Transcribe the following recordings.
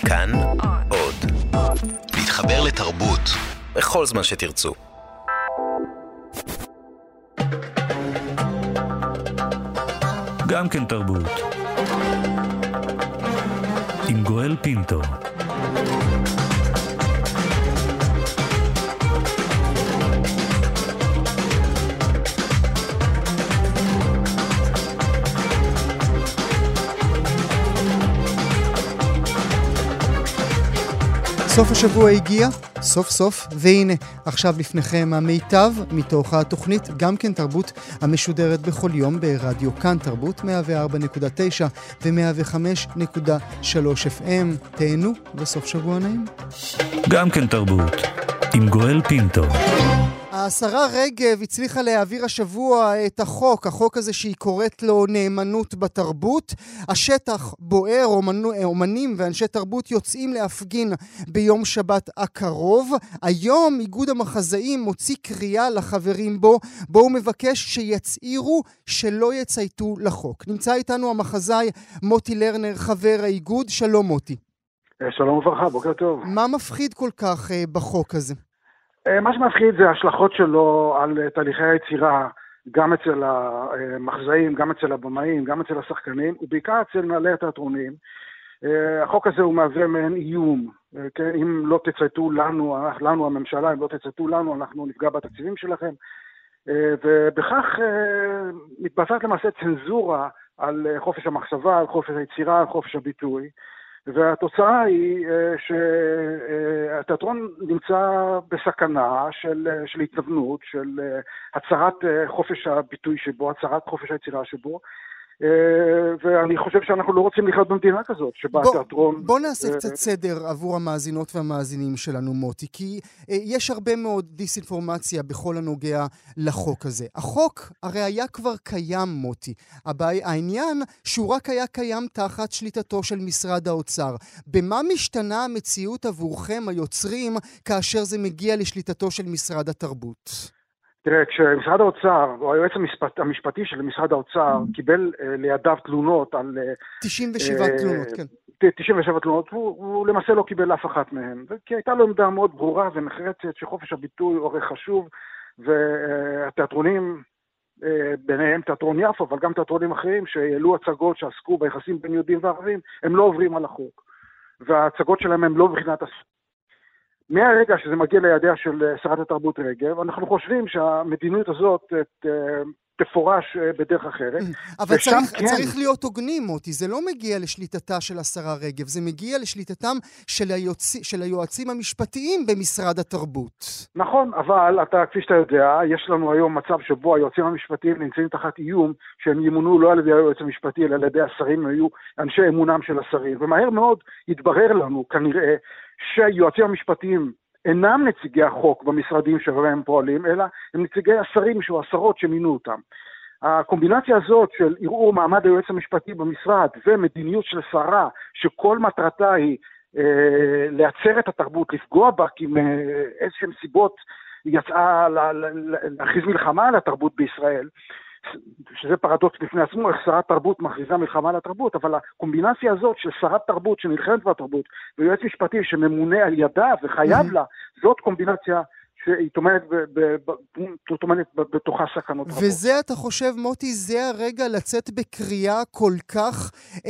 כאן עוד. להתחבר לתרבות בכל זמן שתרצו. גם כן תרבות. עם גואל פינטו. סוף השבוע הגיע, סוף סוף, והנה, עכשיו לפניכם המיטב מתוך התוכנית גם כן תרבות המשודרת בכל יום ברדיו כאן תרבות 104.9 ו-105.3 FM. תהנו בסוף שבוע נעים. גם כן תרבות, עם גואל פינטו. השרה רגב הצליחה להעביר השבוע את החוק הזה שהיא קוראת לו נאמנות בתרבות. השטח בוער, אומנים ואנשי תרבות יוצאים להפגין ביום שבת הקרוב. היום איגוד המחזאים מוציא קריאה לחברים בו הוא מבקש שיצעירו שלא יצייתו לחוק. נמצא איתנו המחזאי מוטי לרנר, חבר האיגוד. שלום מוטי. שלום וברכה, בוקר טוב. מה מפחיד כל כך בחוק הזה? מה שמפחיד זה ההשלכות שלו על תהליכי היצירה, גם אצל המחזאים, גם אצל הבמאים, גם אצל השחקנים, ובעיקר אצל מנהלי התיאטרונים. החוק הזה הוא מהווה מעין איום, כן? אם לא תצייתו לנו הממשלה, אם לא תצייתו לנו, אנחנו נפגע בתקציבים שלכם. ובכך מתבצעת למעשה צנזורה על חופש המחשבה, על חופש היצירה, על חופש הביטוי. והתוצאה היא שהתיאטרון נמצא בסכנה של התנוונות, של הצרת חופש הביטוי שבו, הצרת חופש היצירה שבו, ואני חושב שאנחנו לא רוצים לחיות במדינה כזאת, שבה התיאטרון... בוא נעשה קצת סדר עבור המאזינות והמאזינים שלנו, מוטי, כי יש הרבה מאוד דיסאינפורמציה בכל הנוגע לחוק הזה. החוק הרי היה כבר קיים, מוטי. העניין שהוא רק היה קיים תחת שליטתו של משרד האוצר. במה משתנה המציאות עבורכם היוצרים כאשר זה מגיע לשליטתו של משרד התרבות? תראה, כשמשרד האוצר, או היועץ המשפטי של משרד האוצר, קיבל לידיו תלונות על... 97 תלונות, כן. 97 תלונות, הוא למעשה לא קיבל אף אחת מהן, כי הייתה לו עמדה מאוד ברורה ונחרצת שחופש הביטוי הוא הרי חשוב, והתיאטרונים, ביניהם תיאטרון יפו, אבל גם תיאטרונים אחרים, שהעלו הצגות שעסקו ביחסים בין יהודים וערבים, הם לא עוברים על החוק. וההצגות שלהם הם לא מבחינת הספורט. מהרגע שזה מגיע לידיה של שרת התרבות רגב, אנחנו חושבים שהמדיניות הזאת תפורש בדרך אחרת. אבל צריך להיות הוגנים, מוטי, זה לא מגיע לשליטתה של השרה רגב, זה מגיע לשליטתם של היועצים המשפטיים במשרד התרבות. נכון, אבל כפי שאתה יודע, יש לנו היום מצב שבו היועצים המשפטיים נמצאים תחת איום, שהם ימונו לא על ידי היועץ המשפטי, אלא על ידי השרים, הם היו אנשי אמונם של השרים, ומהר מאוד יתברר לנו, כנראה, שהיועצים המשפטיים אינם נציגי החוק במשרדים שבהם פועלים, אלא הם נציגי השרים או השרות שמינו אותם. הקומבינציה הזאת של ערעור מעמד היועץ המשפטי במשרד ומדיניות של שרה, שכל מטרתה היא לייצר את התרבות, לפגוע בה, כי מאיזשהם סיבות יצאה להכריז מלחמה על התרבות בישראל, שזה פרדוקס בפני עצמו, איך שרת תרבות מכריזה מלחמה על התרבות, אבל הקומבינציה הזאת של שרת תרבות שנלחמת בתרבות, ויועץ משפטי שממונה על ידה וחייב לה, זאת קומבינציה שהיא טומנת בתוכה סכנות רבות. וזה אתה חושב, מוטי, זה הרגע לצאת בקריאה כל כך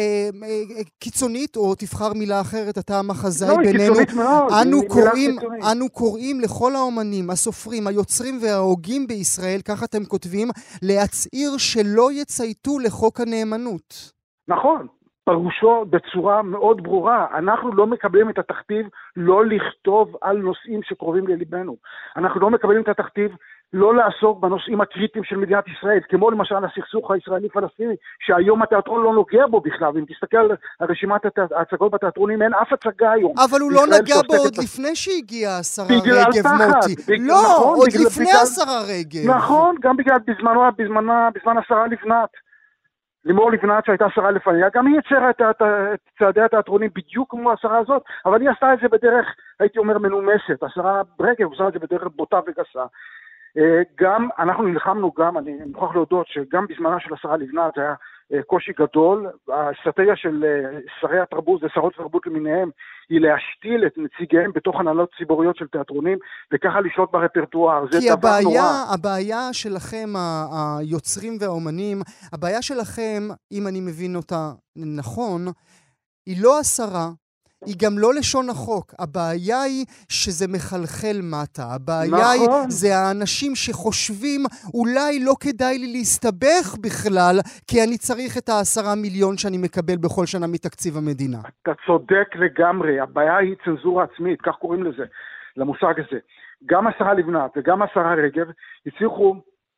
קיצונית, או תבחר מילה אחרת, אתה המחזאי בינינו. קיצונית מאוד. אנו קוראים לכל האומנים, הסופרים, היוצרים וההוגים בישראל, כך אתם כותבים, להצעיר שלא יצייתו לחוק הנאמנות. נכון. פירושו בצורה מאוד ברורה, אנחנו לא מקבלים את התכתיב לא לכתוב על נושאים שקרובים לליבנו. אנחנו לא מקבלים את התכתיב לא לעסוק בנושאים הקריטיים של מדינת ישראל, כמו למשל הסכסוך הישראלי-פלסטיני, שהיום התיאטרון לא נוגע בו בכלל, ואם תסתכל על רשימת ההצגות בתיאטרונים, אין אף הצגה היום. אבל הוא לא נגע בו עוד לפני שהגיעה השרה רגב, מוטי. לא, עוד לפני השרה רגב. נכון, גם בזמן השרה לבנת. לימור לבנת שהייתה שרה לפניה, גם היא יצרה את צעדי התיאטרונים בדיוק כמו השרה הזאת, אבל היא עשתה את זה בדרך, הייתי אומר, מנומסת. השרה רגב עושה את זה בדרך בוטה וגסה. גם, אנחנו נלחמנו גם, אני מוכרח להודות שגם בזמנה של השרה לבנת, זה היה קושי גדול. האסטרטגיה של שרי התרבות ושרות התרבות למיניהם היא להשתיל את נציגיהם בתוך הנהלות ציבוריות של תיאטרונים, וככה לשלוט ברפרטואר. כי הבעיה שלכם, היוצרים והאומנים, הבעיה שלכם, אם אני מבין אותה נכון, היא לא 10, היא גם לא לשון החוק. הבעיה היא שזה מחלחל מטה. הבעיה היא זה האנשים שחושבים אולי לא כדאי לי להסתבך בכלל, כי אני צריך את 10 מיליון שאני מקבל בכל שנה מתקציב המדינה. אתה צודק לגמרי. הבעיה היא צנזורה עצמית, כך קוראים לזה, למושג הזה. גם השרה לבנת וגם השרה רגב הצליחו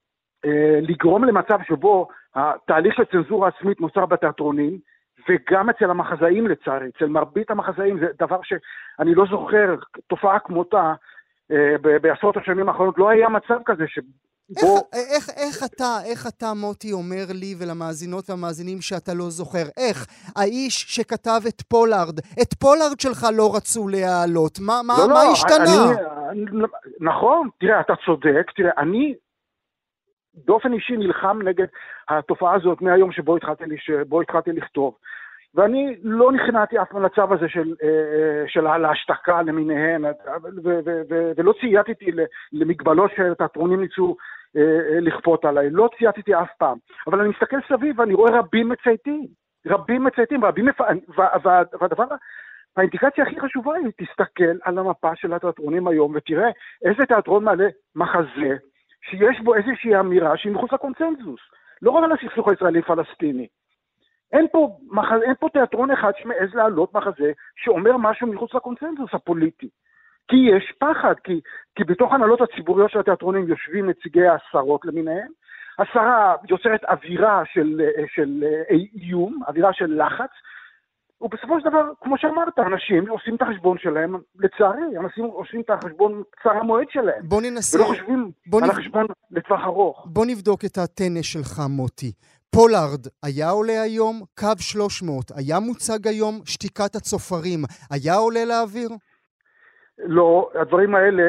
לגרום למצב שבו התהליך של צנזורה עצמית נוצר בתיאטרונים, וגם אצל המחזאים לצערי, אצל מרבית המחזאים, זה דבר שאני לא זוכר, תופעה כמותה, בעשרות השנים האחרונות, לא היה מצב כזה שבו... איך אתה, מוטי, אומר לי ולמאזינות והמאזינים שאתה לא זוכר? איך? האיש שכתב את פולארד שלך לא רצו להעלות. מה השתנה? נכון, תראה, אתה צודק, תראה, אני... באופן אישי נלחם נגד התופעה הזאת מהיום שבו התחלתי לכתוב. ואני לא נכנעתי אף לצו הזה של ההשתקה למיניהן, ולא צייתתי למגבלות שהתיאטרונים ניסו לכפות עליי. לא צייתתי אף פעם. אבל אני מסתכל סביב ואני רואה רבים מצייתים, והדבר, האינדיקציה הכי חשובה היא, תסתכל על המפה של התיאטרונים היום, ותראה איזה תיאטרון מעלה מחזה, שיש בו איזושהי אמירה שהיא מחוץ לקונצנזוס. לא רק על הסכסוך הישראלי-פלסטיני. אין פה תיאטרון אחד שמעז להעלות מחזה שאומר משהו מחוץ לקונצנזוס הפוליטי. כי יש פחד, כי בתוך הנהלות הציבוריות של התיאטרונים יושבים נציגי השרות למיניהם. השרה יוצרת אווירה של איום, אווירה של לחץ, ובסופו של דבר, כמו שאמרת, אנשים עושים את החשבון שלהם, לצערי, אנשים עושים את החשבון קצר המועד שלהם. בוא ננסה. ולא חושבים על החשבון לטווח ארוך. בוא נבדוק את הטנס שלך, מוטי. פולארד היה עולה היום, קו 300 היה מוצג היום, שתיקת הצופרים היה עולה לאוויר? לא, הדברים האלה,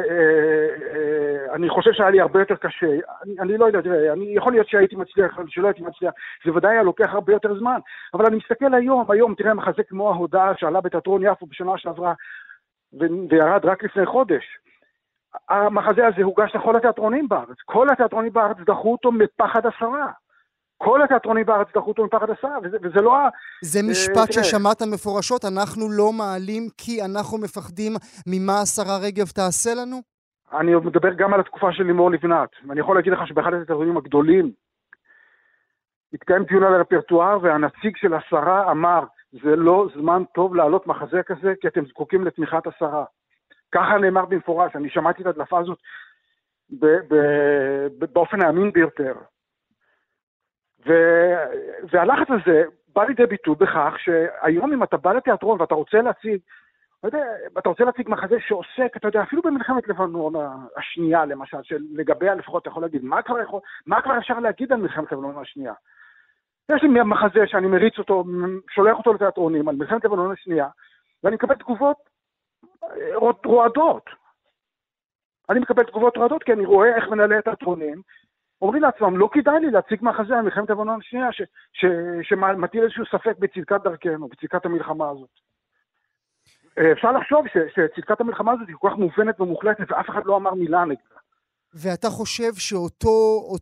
אני חושב שהיה לי הרבה יותר קשה. אני לא יודע, תראה, יכול להיות שהייתי מצליח, שלא הייתי מצליח, זה ודאי היה לוקח הרבה יותר זמן. אבל אני מסתכל היום, תראה, מחזה כמו ההודעה שעלה בתיאטרון יפו בשנה שעברה, וירד רק לפני חודש. המחזה הזה הוגש לכל התיאטרונים בארץ. כל התיאטרונים בארץ דחו אותו מפחד השרה. כל התיאטרונים בארץ דחו אותו מפחד השרה, וזה לא... זה משפט ששמעת מפורשות, אנחנו לא מעלים כי אנחנו מפחדים ממה השרה רגב תעשה לנו? אני מדבר גם על התקופה של לימור לבנת, ואני יכול להגיד לך שבאחד התיאטרונים הגדולים, התקיים דיון על הרפרטואר, והנציג של השרה אמר, זה לא זמן טוב להעלות מחזה כזה, כי אתם זקוקים לתמיכת השרה. ככה נאמר במפורש, אני שמעתי את הדלפה הזאת באופן האמין ביותר. והלחץ הזה בא לידי ביטוי בכך שהיום אם אתה בא לתיאטרון ואתה רוצה להציג, אתה רוצה להציג מחזה שעוסק, אתה יודע, אפילו במלחמת לבנון השנייה למשל, שלגביה לפחות אתה יכול להגיד, מה כבר אפשר להגיד על מלחמת לבנון השנייה? יש לי מחזה שאני מריץ אותו, שולח אותו לתיאטרונים על מלחמת לבנון השנייה, ואני מקבל תגובות רועדות. אני מקבל תגובות רועדות כי אני רואה איך מנהלי התיאטרונים, אומרים לעצמם, לא כדאי לי להציג מחזה על מלחמת לבנון השנייה, שמטיל איזשהו ספק בצדקת דרכנו, בצדקת המלחמה הזאת. אפשר לחשוב שצדקת המלחמה הזאת היא כל כך מובנת ומוחלטת, ואף אחד לא אמר מילה נגדה. ואתה חושב שאותה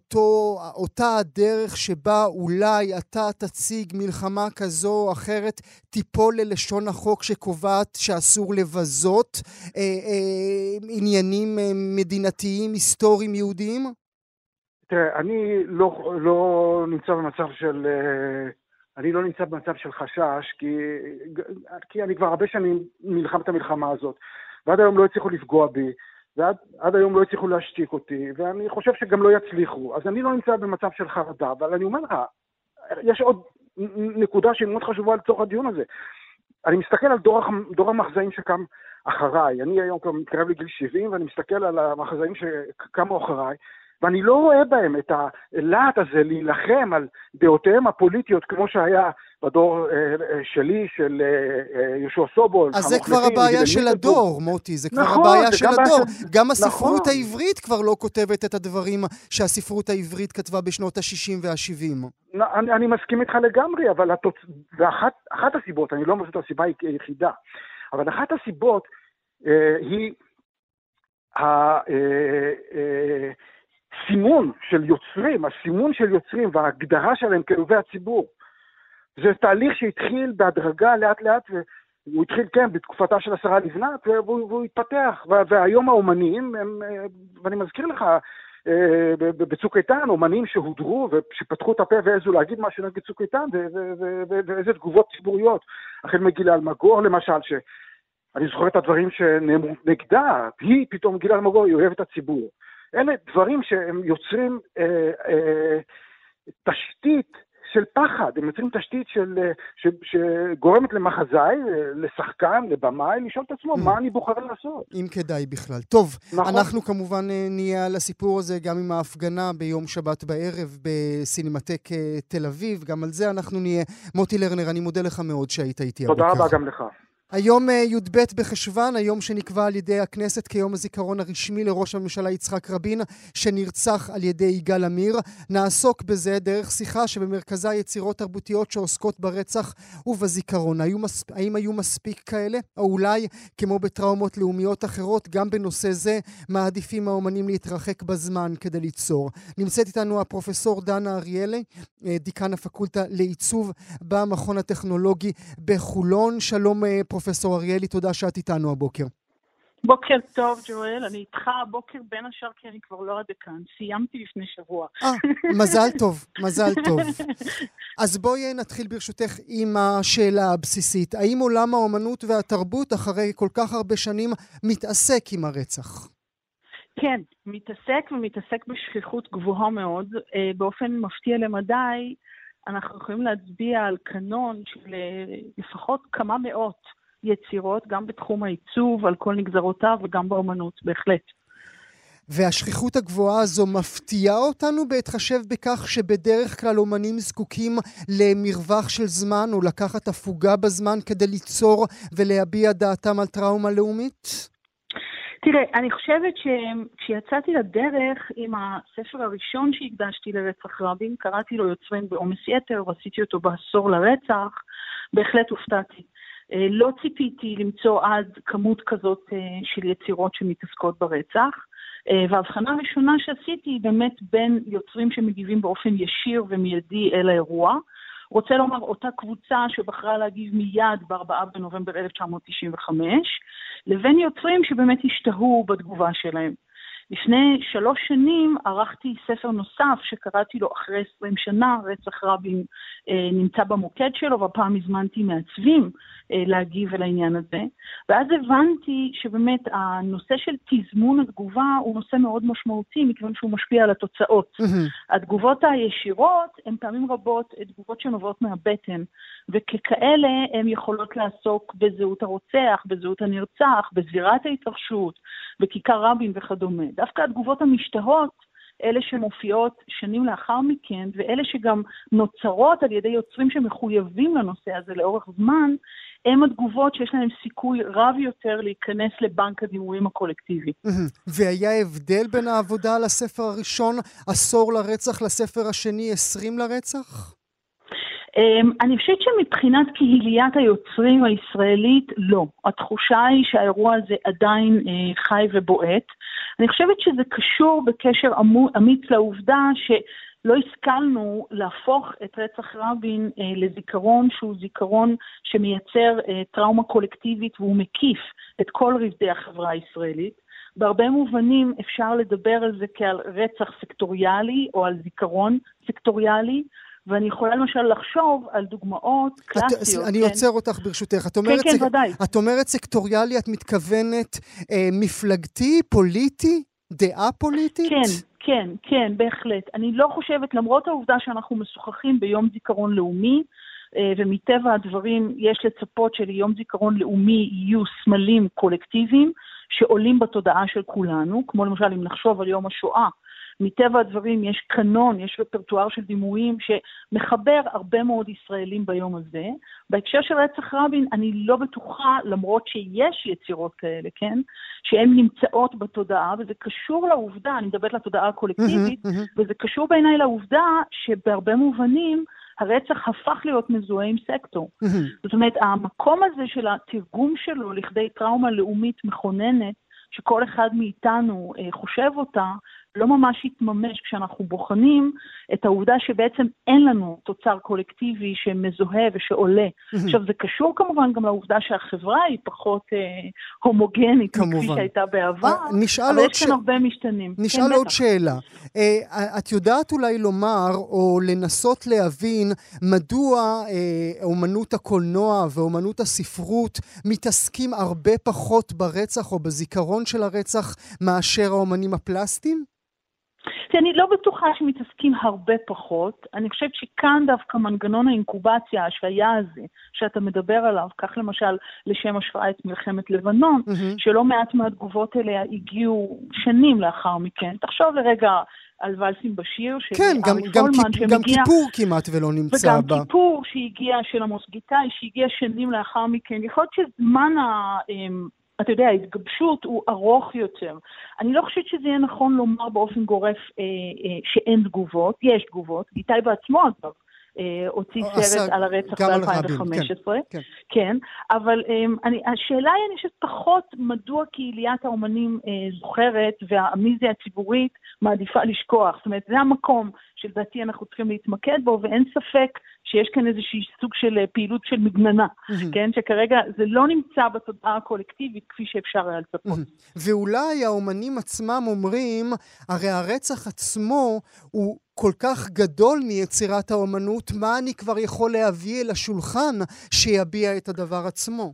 הדרך שבה אולי אתה תציג מלחמה כזו או אחרת, תיפול ללשון החוק שקובעת שאסור לבזות עניינים מדינתיים, היסטוריים, יהודיים? תראה, אני לא נמצא במצב של חשש, כי אני כבר הרבה שנים נלחם את המלחמה הזאת, ועד היום לא הצליחו לפגוע בי, ועד היום לא הצליחו להשתיק אותי, ואני חושב שגם לא יצליחו. אז אני לא נמצא במצב של חרדה, אבל אני אומר לך, יש עוד נקודה שהיא מאוד חשובה לצורך הדיון הזה. אני מסתכל על דור המחזאים שקם אחריי. אני היום כבר מתקרב לגיל 70, ואני מסתכל על המחזאים שקמו אחריי, ואני לא רואה בהם את הלהט הזה להילחם על דעותיהם הפוליטיות, כמו שהיה בדור שלי, של יהושע סובול. אז זה כבר הבעיה של הדור, מוטי, זה כבר הבעיה של הדור. גם הספרות העברית כבר לא כותבת את הדברים שהספרות העברית כתבה בשנות ה-60 וה-70. אני מסכים איתך לגמרי, אבל אחת הסיבות, אני לא אומר שזאת הסיבה היחידה, אבל אחת הסיבות היא הסימון של יוצרים וההגדרה שלהם כאויבי הציבור. זה תהליך שהתחיל בהדרגה לאט לאט, והוא התחיל כן בתקופתה של השרה לבנת, והוא התפתח, והיום האומנים, ואני מזכיר לך, בצוק איתן, אומנים שהודרו ושפתחו את הפה ואיזו להגיד משהו נגד צוק איתן, ואיזה תגובות ציבוריות, החל מגילה אלמגור למשל, אני זוכר את הדברים שנאמרו נגדה, היא פתאום גילה אלמגור, היא אוהבת הציבור. אלה דברים שהם יוצרים תשתית של פחד, הם יוצרים תשתית שגורמת למחזאי, לשחקן, לבמאי, לשאול את עצמו מה אני בוחר לעשות. אם כדאי בכלל. טוב, אנחנו כמובן נהיה על הסיפור הזה גם עם ההפגנה ביום שבת בערב בסינמטק תל אביב, גם על זה אנחנו נהיה. מוטי לרנר, אני מודה לך מאוד שהיית איתי הבוקר. תודה רבה גם לך. היום י"ב בחשוון, היום שנקבע על ידי הכנסת כיום הזיכרון הרשמי לראש הממשלה יצחק רבין, שנרצח על ידי יגאל עמיר. נעסוק בזה דרך שיחה שבמרכזה יצירות תרבותיות שעוסקות ברצח ובזיכרון. האם היו מספיק כאלה? או אולי, כמו בטראומות לאומיות אחרות, גם בנושא זה מעדיפים האומנים להתרחק בזמן כדי ליצור. נמצאת איתנו הפרופסור דנה אריאלי, דיקן הפקולטה לעיצוב במכון הטכנולוגי בחולון. שלום פרופסור אריאלי, תודה שאת איתנו הבוקר. בוקר טוב, ג'ואל. אני איתך הבוקר בין השאר, כי אני כבר לא הדקן. סיימתי לפני שבוע. מזל טוב, מזל טוב. אז בואי נתחיל ברשותך עם השאלה הבסיסית. האם עולם האומנות והתרבות אחרי כל כך הרבה שנים מתעסק עם הרצח? כן, מתעסק בשכיחות גבוהה מאוד. באופן מפתיע למדי, אנחנו יכולים להצביע על קנון של לפחות כמה מאות יצירות, גם בתחום העיצוב, על כל נגזרותיו וגם באומנות, בהחלט. והשכיחות הגבוהה הזו מפתיעה אותנו בהתחשב בכך שבדרך כלל אומנים זקוקים למרווח של זמן או לקחת הפוגה בזמן כדי ליצור ולהביע דעתם על טראומה לאומית? תראה, אני חושבת שכשיצאתי לדרך עם הספר הראשון שהקדשתי לרצח רבין, קראתי לו יוצרים בעומס יתר, ועשיתי אותו בעשור לרצח, בהחלט הופתעתי. לא ציפיתי למצוא אז כמות כזאת של יצירות שמתעסקות ברצח, וההבחנה הראשונה שעשיתי היא באמת בין יוצרים שמגיבים באופן ישיר ומיידי אל האירוע, רוצה לומר אותה קבוצה שבחרה להגיב מיד ב4 בנובמבר 1995, לבין יוצרים שבאמת השתהו בתגובה שלהם. לפני 3 שנים ערכתי ספר נוסף שקראתי לו אחרי 20 שנה, רצח רבין נמצא במוקד שלו, והפעם הזמנתי מעצבים להגיב על העניין הזה. ואז הבנתי שבאמת הנושא של תזמון התגובה הוא נושא מאוד משמעותי, מכיוון שהוא משפיע על התוצאות. התגובות הישירות הן פעמים רבות תגובות שנובעות מהבטן, וככאלה הן יכולות לעסוק בזהות הרוצח, בזהות הנרצח, בזירת ההתרחשות, בכיכר רבין וכדומה. דווקא התגובות המשתהות, אלה שמופיעות שנים לאחר מכן, ואלה שגם נוצרות על ידי יוצרים שמחויבים לנושא הזה לאורך זמן, הם התגובות שיש להם סיכוי רב יותר להיכנס לבנק הדימויים הקולקטיבי. והיה הבדל בין העבודה על הספר הראשון, עשור לרצח, לספר השני, 20 לרצח? אני חושבת שמבחינת קהיליית היוצרים הישראלית, לא. התחושה היא שהאירוע הזה עדיין חי ובועט. אני חושבת שזה קשור בקשר אמיץ לעובדה שלא השכלנו להפוך את רצח רבין לזיכרון שהוא זיכרון שמייצר טראומה קולקטיבית והוא מקיף את כל רבדי החברה הישראלית. בהרבה מובנים אפשר לדבר על זה כעל רצח סקטוריאלי או על זיכרון סקטוריאלי, ואני יכולה למשל לחשוב על דוגמאות קלאסיות. אני עוצר אותך ברשותך. כן, ודאי. את אומרת סקטוריאלי, את מתכוונת מפלגתי, פוליטי, דעה פוליטית? כן, בהחלט. אני לא חושבת, למרות העובדה שאנחנו משוחחים ביום זיכרון לאומי, ומטבע הדברים יש לצפות שליום זיכרון לאומי יהיו סמלים קולקטיביים, שעולים בתודעה של כולנו, כמו למשל אם נחשוב על יום השואה, מטבע הדברים יש קנון, יש רפרטואר של דימויים שמחבר הרבה מאוד ישראלים ביום הזה. בהקשר של רצח רבין, אני לא בטוחה, למרות שיש יצירות כאלה, כן? שהן נמצאות בתודעה, וזה קשור לעובדה, אני מדברת לתודעה הקולקטיבית, וזה קשור בעיניי לעובדה שבהרבה מובנים, הרצח הפך להיות מזוהה עם סקטור. זאת אומרת, המקום הזה של התרגום שלו לכדי טראומה לאומית מכוננת, שכל אחד מאיתנו חושב אותה, לא ממש יתממש כשאנחנו בוחנים את העובדה שבעצם אין לנו תוצר קולקטיבי שמזוהה ושעולה. עכשיו, זה קשור כמובן גם לעובדה שהחברה היא פחות הומוגנית, כפי שהייתה בעבר, אבל יש כאן הרבה משתנים. נשאל עוד שאלה. את יודעת אולי לומר, או לנסות להבין, מדוע אומנות הקולנוע ואומנות הספרות מתעסקים הרבה פחות ברצח או בזיכרון של הרצח מאשר האומנים הפלסטיים? אני לא בטוחה שמתעסקים הרבה פחות. אני חושבת שכאן דווקא מנגנון האינקובציה, השהיה הזה, שאתה מדבר עליו, כך למשל לשם השוואה את מלחמת לבנון, שלא מעט מהתגובות אליה הגיעו שנים לאחר מכן. תחשוב לרגע על ולסים בשיר, כן, גם כיפור כמעט ולא נמצא בה. וגם כיפור שהגיע של עמוס גיטאי, שהגיע שנים לאחר מכן. יכול להיות שזמן אתה יודע, ההתגבשות הוא ארוך יותר. אני לא חושבת שזה יהיה נכון לומר באופן גורף שאין תגובות, יש תגובות. גיטאי בעצמו אגב הוציא סרט על הרצח ב-2015. כן, אבל השאלה היא, אני חושבת פחות מדוע קהיליית האומנים זוכרת והאמיזיה הציבורית מעדיפה לשכוח. זאת אומרת, זה המקום שלדעתי אנחנו צריכים להתמקד בו, ואין ספק שיש כאן איזושהי סוג של פעילות של מגננה, כן? שכרגע זה לא נמצא בתודעה הקולקטיבית כפי שאפשר היה לצפות. ואולי האומנים עצמם אומרים, הרי הרצח עצמו הוא כל כך גדול מיצירת האומנות, מה אני כבר יכול להביא אל השולחן שיביע את הדבר עצמו?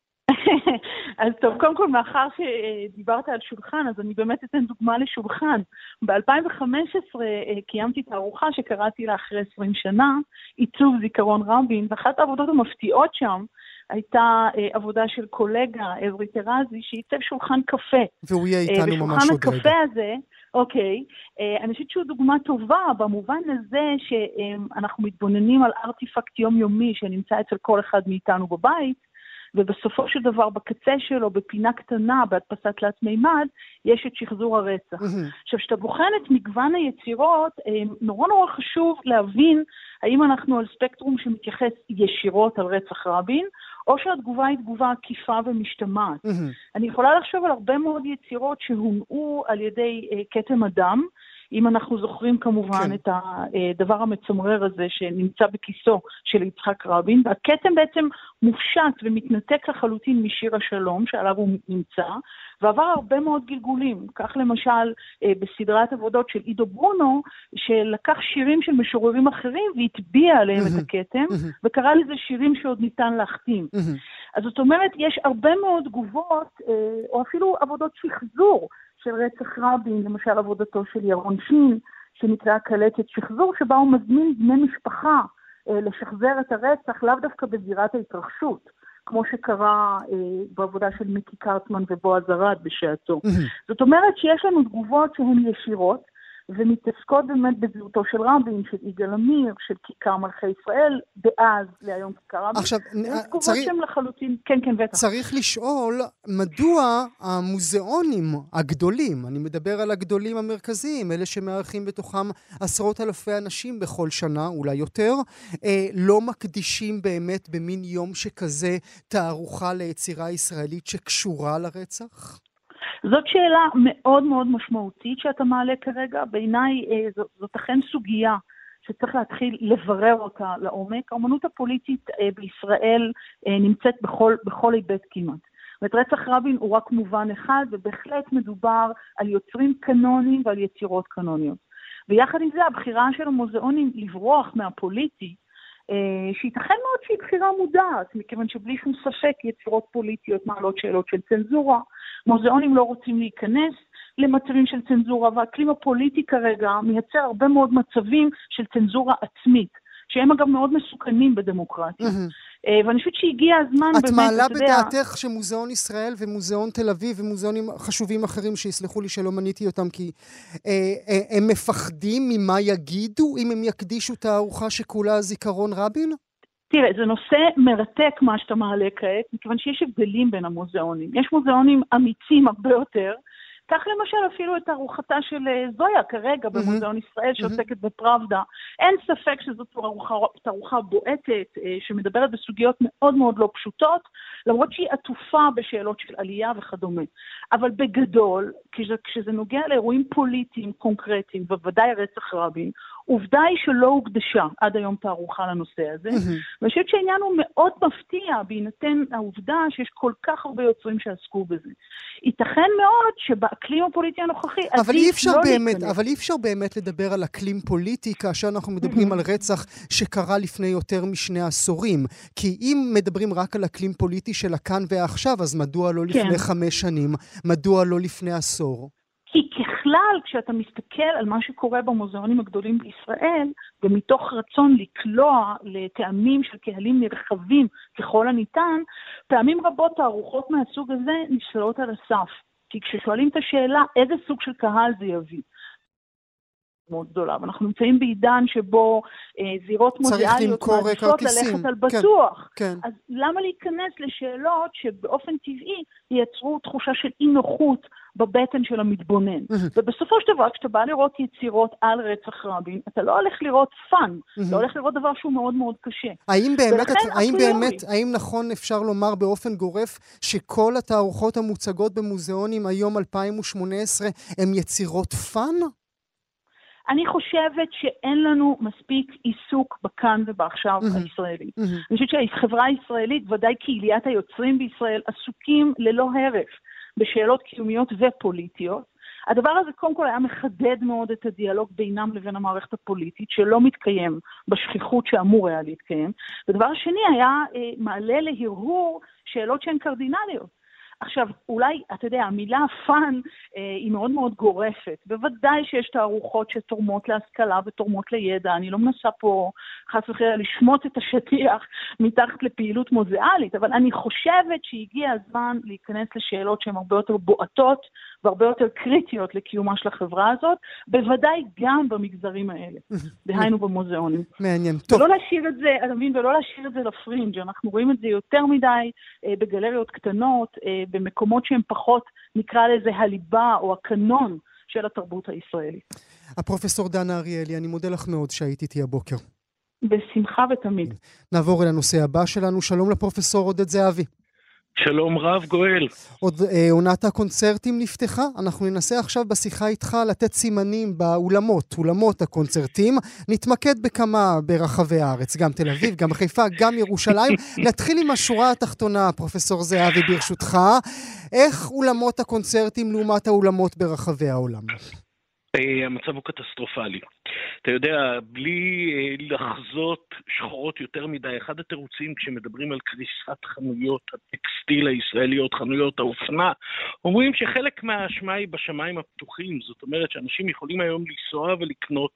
אז טוב, קודם כל, מאחר שדיברת על שולחן, אז אני באמת אתן דוגמה לשולחן. ב-2015 קיימתי תערוכה שקראתי לה אחרי 20 שנה, עיצוב זיכרון רבין, ואחת העבודות המפתיעות שם הייתה עבודה של קולגה, עזרי טרזי, שעיצב שולחן קפה. והוא יהיה איתנו ממש עוד רגע. ושולחן הקפה הזה, אוקיי, אני חושבת שהוא דוגמה טובה, במובן הזה שאנחנו מתבוננים על ארטיפקט יומיומי שנמצא אצל כל אחד מאיתנו בבית, ובסופו של דבר בקצה שלו, בפינה קטנה, בהדפסת תלת מימד, יש את שחזור הרצח. עכשיו, כשאתה בוחן את מגוון היצירות, נורא נורא חשוב להבין האם אנחנו על ספקטרום שמתייחס ישירות על רצח רבין, או שהתגובה היא תגובה עקיפה ומשתמעת. אני יכולה לחשוב על הרבה מאוד יצירות שהונעו על ידי כתם אדם, אם אנחנו זוכרים כמובן את הדבר המצמרר הזה שנמצא בכיסו של יצחק רבין, והכתם בעצם מופשט ומתנתק לחלוטין משיר השלום שעליו הוא נמצא, ועבר הרבה מאוד גלגולים. כך למשל בסדרת עבודות של עידו ברונו, שלקח שירים של משוררים אחרים והטביע עליהם את הכתם, וקרא לזה שירים שעוד ניתן להחתים. אז זאת אומרת, יש הרבה מאוד תגובות, או אפילו עבודות שחזור, של רצח רבין, למשל עבודתו של ירון שין, שנקרא קלטת שחזור, שבה הוא מזמין בני משפחה לשחזר את הרצח, לאו דווקא בזירת ההתרחשות, כמו שקרה בעבודה של מיקי קרטמן ובועז ארד בשעתו. זאת אומרת שיש לנו תגובות שהן ישירות, ומתעסקות באמת בזהותו של רבין, של יגאל עמיר, של כיכר מלכי ישראל, דאז להיום כיכר רבין. עכשיו, צריך לשאול, מדוע המוזיאונים הגדולים, אני מדבר על הגדולים המרכזיים, אלה שמארחים בתוכם עשרות אלפי אנשים בכל שנה, אולי יותר, לא מקדישים באמת במין יום שכזה תערוכה ליצירה ישראלית שקשורה לרצח? זאת שאלה מאוד מאוד משמעותית שאתה מעלה כרגע. בעיניי זאת אכן סוגיה שצריך להתחיל לברר אותה לעומק. האמנות הפוליטית בישראל נמצאת בכל היבט כמעט. ואת רצח רבין הוא רק מובן אחד, ובהחלט מדובר על יוצרים קנונים ועל יצירות קנוניות. ויחד עם זה הבחירה של המוזיאונים לברוח מהפוליטי, שייתכן מאוד שהיא בחירה מודעת, מכיוון שבלי שום ספק יצירות פוליטיות מעלות שאלות של צנזורה, מוזיאונים לא רוצים להיכנס למצבים של צנזורה, והאקלים הפוליטי כרגע מייצר הרבה מאוד מצבים של צנזורה עצמית, שהם אגב מאוד מסוכנים בדמוקרטיה. ואני חושבת שהגיע הזמן באמת, את מעלה בדעתך שמוזיאון ישראל ומוזיאון תל אביב ומוזיאונים חשובים אחרים, שיסלחו לי שלא מניתי אותם, כי הם מפחדים ממה יגידו אם הם יקדישו תערוכה שכולה זיכרון רבין? תראה, זה נושא מרתק מה שאתה מעלה כעת, מכיוון שיש הבדלים בין המוזיאונים. יש מוזיאונים אמיצים הרבה יותר, כך למשל אפילו את תערוכתה של זויה כרגע במוזיאון ישראל שעוסקת בפראבדה. אין ספק שזאת תערוכה בועטת שמדברת בסוגיות מאוד מאוד לא פשוטות, למרות שהיא עטופה בשאלות של עלייה וכדומה. אבל בגדול, כשזה נוגע לאירועים פוליטיים קונקרטיים, בוודאי רצח רבין, עובדה היא שלא הוקדשה עד היום תערוכה לנושא הזה. ואני חושבת שהעניין הוא מאוד מפתיע בהינתן העובדה שיש כל כך הרבה יוצרים שעסקו בזה. ייתכן מאוד שבאקלים הפוליטי הנוכחי אבל אי אפשר באמת לדבר על אקלים פוליטי כאשר אנחנו מדברים על רצח שקרה לפני יותר משני עשורים. כי אם מדברים רק על אקלים פוליטי של הכאן ועכשיו, אז מדוע לא לפני 5 שנים? מדוע לא לפני עשור? כי ככלל, כשאתה מסתכל על מה שקורה במוזיאונים הגדולים בישראל, ומתוך רצון לקלוע לטעמים של קהלים נרחבים ככל הניתן, פעמים רבות תערוכות מהסוג הזה נשאלות על הסף. כי כששואלים את השאלה איזה סוג של קהל זה יביא, מאוד גדולה. ואנחנו נמצאים בעידן שבו זירות מוזיאליות מעדיפות ללכת על בטוח. כן. אז למה להיכנס לשאלות שבאופן טבעי ייצרו תחושה של אי נוחות בבטן של המתבונן? ובסופו של דבר, כשאתה בא לראות יצירות על רצח רבין, אתה לא הולך לראות פן, אתה הולך לראות דבר שהוא מאוד מאוד קשה. האם נכון אפשר לומר באופן גורף שכל התערוכות המוצגות במוזיאונים היום 2018 הם יצירות פן? אני חושבת שאין לנו מספיק עיסוק בכאן ובעכשיו הישראלי. אני חושבת שהחברה הישראלית, ודאי קהיליית היוצרים בישראל, עסוקים ללא הרף בשאלות קיומיות ופוליטיות. הדבר הזה קודם כל היה מחדד מאוד את הדיאלוג בינם לבין המערכת הפוליטית, שלא מתקיים בשכיחות שאמור היה להתקיים. ודבר שני היה מעלה להרהור שאלות שהן קרדינליות. עכשיו, אולי, אתה יודע, המילה פן היא מאוד מאוד גורפת. בוודאי שיש תערוכות שתורמות להשכלה ותורמות לידע. אני לא מנסה פה חס וחלילה לשמוט את השטיח מתחת לפעילות מוזיאלית, אבל אני חושבת שהגיע הזמן להיכנס לשאלות שהן הרבה יותר בועטות והרבה יותר קריטיות לקיומה של החברה הזאת, בוודאי גם במגזרים האלה, דהיינו במוזיאונים. מעניין, טוב. ולא להשאיר את זה, אתה מבין, ולא להשאיר את זה לפרינג'. אנחנו רואים את זה יותר מדי בגלריות קטנות, במקומות שהם פחות, נקרא לזה הליבה או הקנון של התרבות הישראלית. הפרופסור דנה אריאלי, אני מודה לך מאוד שהיית איתי הבוקר. בשמחה ותמיד. נעבור אל הנושא הבא שלנו. שלום לפרופסור עודד זהבי. שלום רב גואל. עוד עונת הקונצרטים נפתחה. אנחנו ננסה עכשיו בשיחה איתך לתת סימנים באולמות הקונצרטים. נתמקד בכמה ברחבי הארץ, גם תל אביב, גם חיפה, גם ירושלים. נתחיל עם השורה התחתונה, פרופסור זהבי, ברשותך. איך אולמות הקונצרטים לעומת האולמות ברחבי העולם? המצב הוא קטסטרופלי. אתה יודע, בלי לחזות שחורות יותר מדי, אחד התירוצים כשמדברים על קריסת חנויות הטקסטיל הישראליות, חנויות האופנה, אומרים שחלק מהאשמה היא בשמיים הפתוחים. זאת אומרת שאנשים יכולים היום לנסוע ולקנות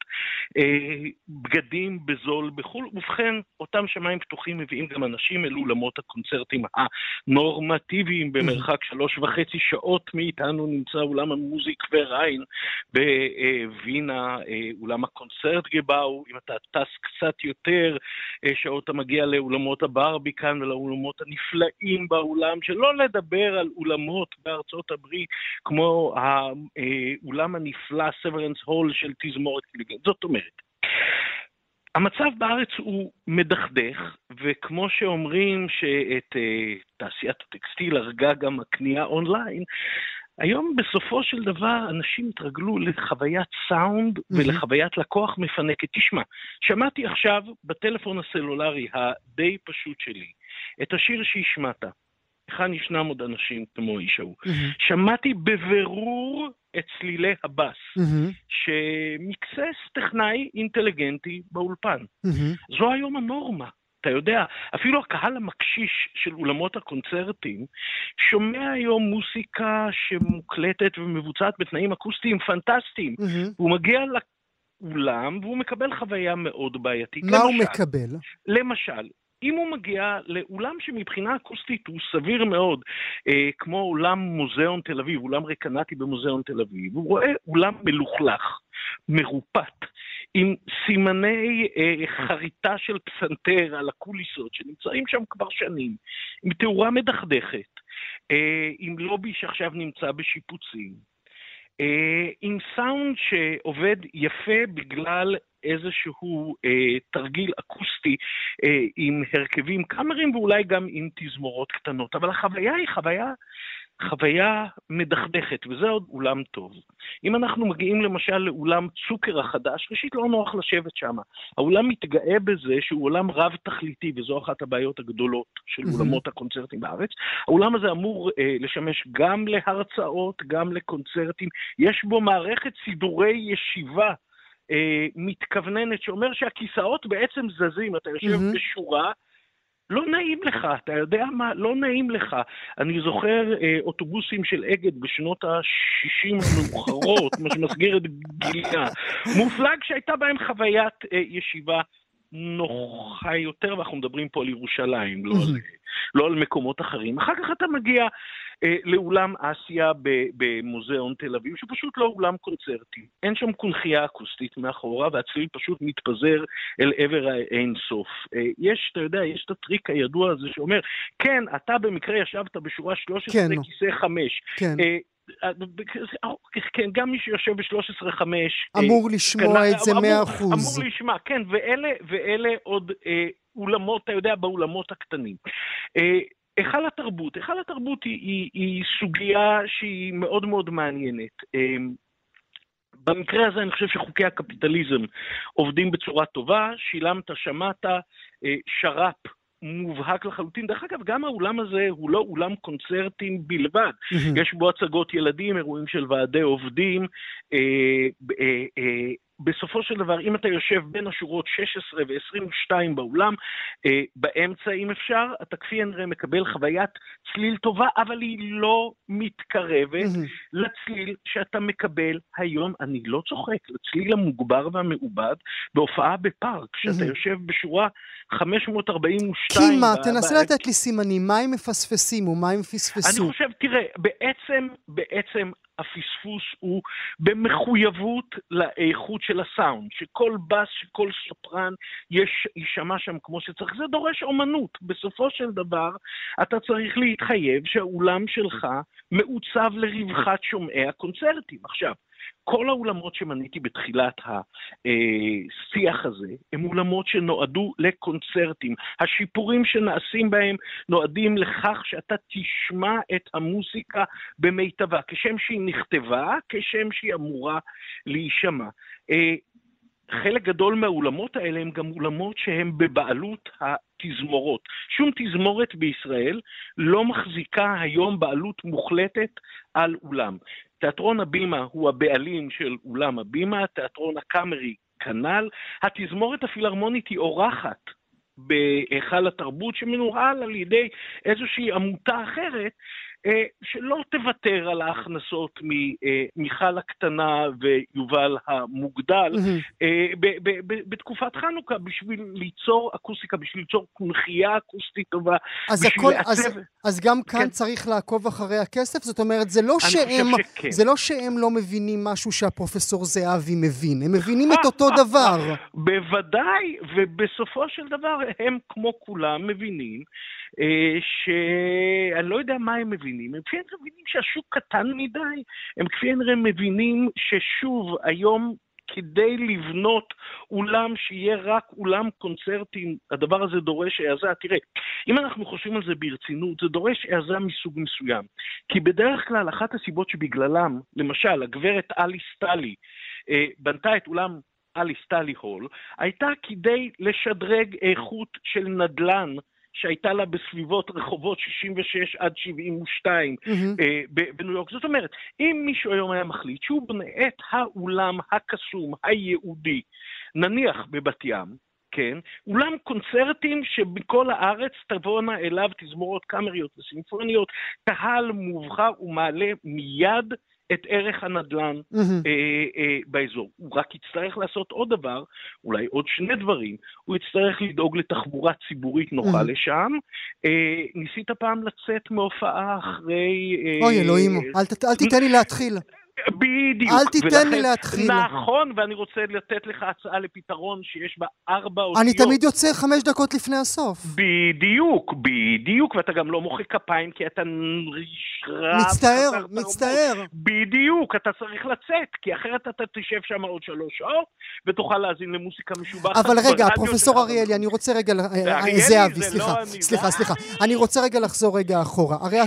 בגדים בזול בחול. ובכן, אותם שמיים פתוחים מביאים גם אנשים אל אולמות הקונצרטים הנורמטיביים. במרחק 3.5 שעות מאיתנו נמצא אולם המוזיק וריין בווינה, אולם הקונצרט גבאו. אם אתה טס קצת יותר שעות אתה מגיע לאולמות הברבי כאן ולאולמות הנפלאים באולם, שלא לדבר על אולמות בארצות הברית כמו האולם הנפלא סוורנס הול של תזמורת קליגנט. זאת אומרת, המצב בארץ הוא מדכדך, וכמו שאומרים שאת תעשיית הטקסטיל הרגה גם הקנייה אונליין, היום בסופו של דבר אנשים התרגלו לחוויית סאונד ולחוויית לקוח מפנקת. תשמע, שמעתי עכשיו בטלפון הסלולרי הדי פשוט שלי את השיר שהשמעת. היכן ישנם עוד אנשים כמו איש ההוא. שמעתי בבירור את צלילי הבאס, שמקסס טכנאי אינטליגנטי באולפן. זו היום הנורמה. אתה יודע, אפילו הקהל המקשיש של אולמות הקונצרטים שומע היום מוסיקה שמוקלטת ומבוצעת בתנאים אקוסטיים פנטסטיים. הוא מגיע לאולם והוא מקבל חוויה מאוד בעייתית. מה הוא מקבל? למשל, אם הוא מגיע לאולם שמבחינה אקוסטית הוא סביר מאוד, כמו אולם מוזיאון תל אביב, אולם רקנטי במוזיאון תל אביב, הוא רואה אולם מלוכלך, מרופט, עם סימני חריטה של פסנתר על הקוליסות שנמצאים שם כבר שנים, עם תאורה מדכדכת, עם לובי שעכשיו נמצא בשיפוצים, עם סאונד שעובד יפה בגלל איזשהו תרגיל אקוסטי עם הרכבים קאמריים ואולי גם עם תזמורות קטנות, אבל החוויה היא חוויה מדכדכת, וזה עוד אולם טוב. אם אנחנו מגיעים למשל לאולם צוקר החדש, ראשית לא נוח לשבת שם. האולם מתגאה בזה שהוא עולם רב תכליתי, וזו אחת הבעיות הגדולות של אולמות הקונצרטים בארץ. האולם הזה אמור לשמש גם להרצאות, גם לקונצרטים. יש בו מערכת סידורי ישיבה מתכווננת, שאומר שהכיסאות בעצם זזים, אתה יושב בשורה, לא נעים לך, אתה יודע מה? לא נעים לך. אני זוכר אוטובוסים של אגד בשנות ה-60 המאוחרות, מה שמסגיר את גילה. מופלג שהייתה בהם חוויית ישיבה נוחה יותר, ואנחנו מדברים פה על ירושלים, לא על מקומות אחרים. אחר כך אתה מגיע לאולם אסיה במוזיאון תל אביב, שפשוט לא אולם קונצרטי. אין שם קונחייה אקוסטית מאחורה, והצליל פשוט מתפזר אל עבר האין סוף. אתה יודע, יש את הטריק הידוע הזה שאומר, כן, אתה במקרה ישבת בשורה 13, כן, כיסא 5. כן. כן, גם מי שיושב ב-13-5 אמור לשמוע את זה 100%. אמור לשמוע, כן, ואלה עוד אולמות, אתה יודע, באולמות הקטנים. היכל התרבות היא סוגיה שהיא מאוד מאוד מעניינת. במקרה הזה אני חושב שחוקי הקפיטליזם עובדים בצורה טובה, שילמת, שמעת, שר"פ מובהק לחלוטין. דרך אגב, גם האולם הזה הוא לא אולם קונצרטים בלבד. יש בו הצגות ילדים, אירועים של ועדי עובדים, בסופו של דבר, אם אתה יושב בין השורות 16 ו-22 באולם, באמצע, אם אפשר, אתה כפי הנראה מקבל חוויית צליל טובה, אבל היא לא מתקרבת לצליל שאתה מקבל היום, אני לא צוחק, לצליל המוגבר והמעובד, בהופעה בפארק, שאתה יושב בשורה 542. קימה, תנסה לתת לי סימנים, מה הם מפספסים ומה הם פספסו? אני חושב, תראה, בעצם הפספוס הוא במחויבות לאיכות של הסאונד, שכל בס, שכל סופרן יישמע שם כמו שצריך. זה דורש אומנות. בסופו של דבר, אתה צריך להתחייב שהאולם שלך מעוצב לרווחת שומעי הקונצרטים. עכשיו, כל האולמות שמניתי בתחילת השיח הזה, הם אולמות שנועדו לקונצרטים. השיפורים שנעשים בהם נועדים לכך שאתה תשמע את המוסיקה במיטבה, כשם שהיא נכתבה, כשם שהיא אמורה להישמע. חלק גדול מהאולמות האלה הם גם אולמות שהם בבעלות התזמורות. שום תזמורת בישראל לא מחזיקה היום בעלות מוחלטת על אולם. תיאטרון הבימה הוא הבעלים של אולם הבימה, תיאטרון הקאמרי כנ"ל, התזמורת הפילהרמונית היא אורחת בהיכל התרבות שמנוהל על ידי איזושהי עמותה אחרת, שלא תוותר על ההכנסות ממיכל הקטנה ויובל המוגדל בתקופת חנוכה, בשביל ליצור אקוסטיקה, בשביל ליצור קונחייה אקוסטית טובה. אז גם כאן צריך לעקוב אחרי הכסף? זאת אומרת, זה לא שהם לא מבינים משהו שהפרופסור זהבי מבין, הם מבינים את אותו דבר. בוודאי, ובסופו של דבר הם כמו כולם מבינים שאני לא יודע מה הם מבינים. הם כפי מבינים שהשוק קטן מדי, הם כפי מבינים ששוב היום כדי לבנות אולם שיהיה רק אולם קונצרטים, הדבר הזה דורש העזה. תראה, אם אנחנו חושבים על זה ברצינות, זה דורש העזה מסוג מסוים. כי בדרך כלל אחת הסיבות שבגללם, למשל, הגברת אליס טלי בנתה את אולם אליס טלי הול, הייתה כדי לשדרג איכות של נדל"ן שהייתה לה בסביבות רחובות 66 עד 72 בניו יורק. זאת אומרת, אם מישהו היום היה מחליט שהוא בונה את האולם הקסום, היהודי, נניח בבת ים, כן, אולם קונצרטים שבכל הארץ תבואנה אליו תזמורות קאמריות וסימפוניות, קהל מובחר ומעלה מיד את ערך הנדל"ן באזור. הוא רק יצטרך לעשות עוד דבר, אולי עוד שני דברים. הוא יצטרך לדאוג לתחבורה ציבורית נוחה לשם. ניסית פעם לצאת מהופעה אחרי... אוי אלוהים, אל תיתן לי להתחיל. בדיוק. אל תיתן לי להתחיל. נכון, ואני רוצה לתת לך הצעה לפתרון שיש בה 4 אותיות. אני תמיד יוצא 5 דקות לפני הסוף. בדיוק, ואתה גם לא מוחא כפיים, כי אתה מצטער. בדיוק, אתה צריך לצאת, כי אחרת אתה תשב שם עוד 3 שעות, ותוכל להאזין למוסיקה משובחת. אבל רגע, פרופסור אריאלי, אני רוצה רגע... זהבי, סליחה. אני רוצה רגע לחזור רגע אחורה. הרי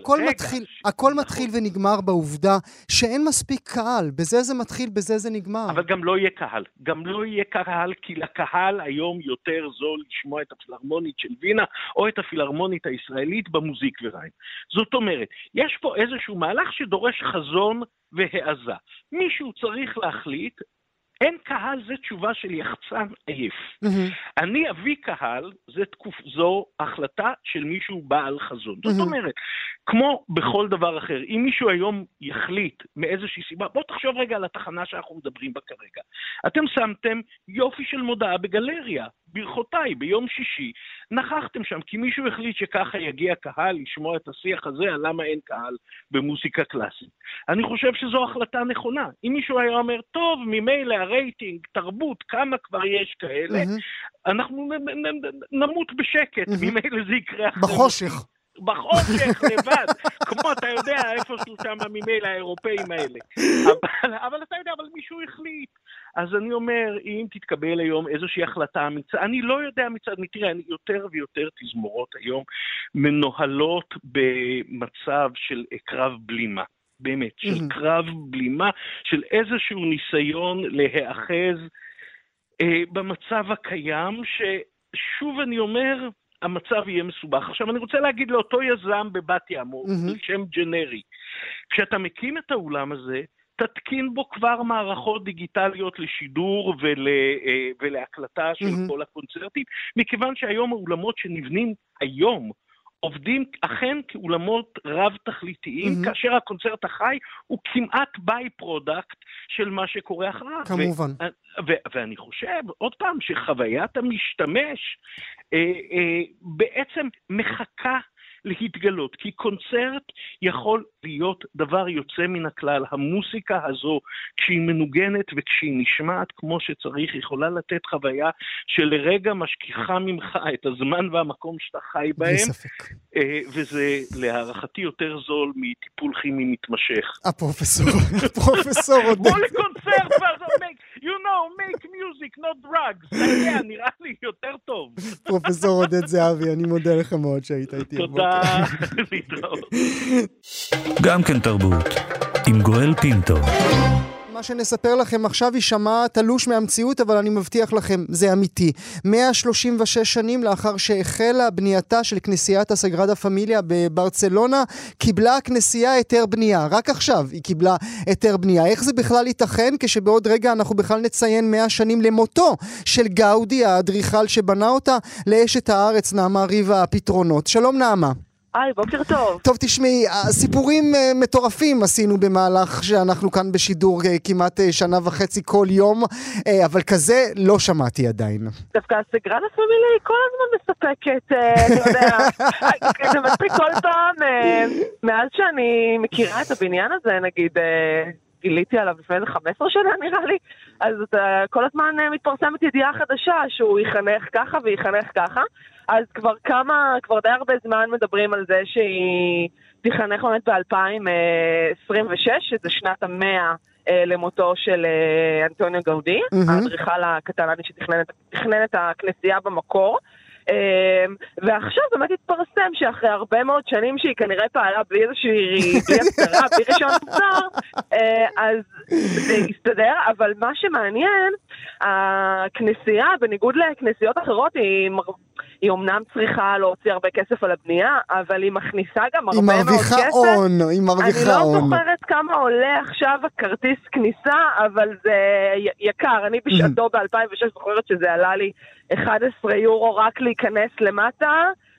הכל מתחיל ונגמר בעובדה שאין מספיק קהל, בזה זה מתחיל, בזה זה נגמר. אבל גם לא יהיה קהל, כי לקהל היום יותר זול לשמוע את הפילהרמונית של וינה, או את הפילהרמונית הישראלית במוזיק וריין. זאת אומרת, יש פה איזשהו מהלך שדורש חזון והעזה. מישהו צריך להחליט, אין קהל, זה תשובה של יחצן עייף. אני אביא קהל, זו החלטה של מישהו בעל חזון. זאת אומרת, כמו בכל דבר אחר, אם מישהו היום יחליט מאיזושהי סיבה, בוא תחשוב רגע על התחנה שאנחנו מדברים בה כרגע. אתם שמתם יופי של מודעה בגלריה, ברכותיי, ביום שישי, נכחתם שם, כי מישהו החליט שככה יגיע קהל לשמוע את השיח הזה, על למה אין קהל במוסיקה קלאסית. אני חושב שזו החלטה נכונה. אם מישהו היה אומר, טוב, ממילא הרייטינג, תרבות, כמה כבר יש כאלה, אנחנו נמות בשקט, ממילא זה יקרה אחרי. בחושך לבד, כמו אתה יודע איפה שם ממילא האירופאים האלה. אבל אתה יודע, אבל מישהו החליט. אז אני אומר, אם תתקבל היום איזושהי החלטה אמיצה, אני לא יודע מצד, תראה, יותר ויותר תזמורות היום מנוהלות במצב של קרב בלימה. באמת, של קרב בלימה, של איזשהו ניסיון להיאחז במצב הקיים, ששוב אני אומר, המצב יהיה מסובך. עכשיו, אני רוצה להגיד לאותו יזם בבת ים, שם ג'נרי, כשאתה מקים את האולם הזה, תתקין בו כבר מערכות דיגיטליות לשידור ולהקלטה של כל הקונצרטים, מכיוון שהיום האולמות שנבנים היום, עובדים אכן כאולמות רב-תכליתיים, כאשר הקונצרט החי הוא כמעט ביי פרודקט של מה שקורה אחריו. כמובן. ואני חושב, עוד פעם, שחוויית המשתמש בעצם מחכה להתגלות, כי קונצרט יכול להיות דבר יוצא מן הכלל. המוסיקה הזו, כשהיא מנוגנת וכשהיא נשמעת כמו שצריך, יכולה לתת חוויה שלרגע משכיחה ממך את הזמן והמקום שאתה חי בהם. בספק. וזה להערכתי יותר זול מטיפול כימי מתמשך. הפרופסור עודד. בוא לקונצרט, make music, not drugs. זה נראה לי יותר טוב. פרופסור עודד זהבי, אני מודה לך מאוד שהיית איתי. תודה. להתראות. גם כן תרבות, עם גואל פינטו. מה שנספר לכם עכשיו יישמע תלוש מהמציאות, אבל אני מבטיח לכם, זה אמיתי. 136 שנים לאחר שהחלה בנייתה של כנסיית הסגרדה פמיליה בברצלונה, קיבלה הכנסייה היתר בנייה. רק עכשיו היא קיבלה היתר בנייה. איך זה בכלל ייתכן? כשבעוד רגע אנחנו בכלל נציין 100 שנים למותו של גאודי, האדריכל שבנה אותה. לאשת הארץ נעמה ריבה הפתרונות. שלום נעמה. היי, בוקר טוב. טוב, תשמעי, סיפורים מטורפים עשינו במהלך שאנחנו כאן בשידור כמעט 1.5 שנה כל יום, אבל כזה לא שמעתי עדיין. דווקא הסגרדה פמילי כל הזמן מספקת, אני יודע, זה מצחיק כל פעם, מאז שאני מכירה את הבניין הזה, נגיד, גיליתי עליו לפני 15 שנה נראה לי, אז כל הזמן מתפרסמת ידיעה חדשה שהוא יחנך ככה ויחנך ככה, אז כבר די הרבה זמן מדברים על זה שהיא תיחנך באמת ב-2026, שזה שנת 100 למותו של אנטוניו גאודי, האדריכל הקטלני שתכנן את הכנסייה במקור, ועכשיו באמת התפרסם שאחרי הרבה מאוד שנים שהיא כנראה פעלה בלי הסדרה, בלי רישיון מוצר, אז זה הסתדר, אבל מה שמעניין, הכנסייה, בניגוד לכנסיות אחרות, היא אומנם צריכה להוציא הרבה כסף על הבנייה, אבל היא מכניסה גם הרבה מאוד כסף. היא מרוויחה הון. אני לא זוכרת כמה עולה עכשיו הכרטיס כניסה, אבל זה יקר. אני בשעתו ב-2006 זוכרת שזה עלה לי 11 יורו רק להיכנס למטה,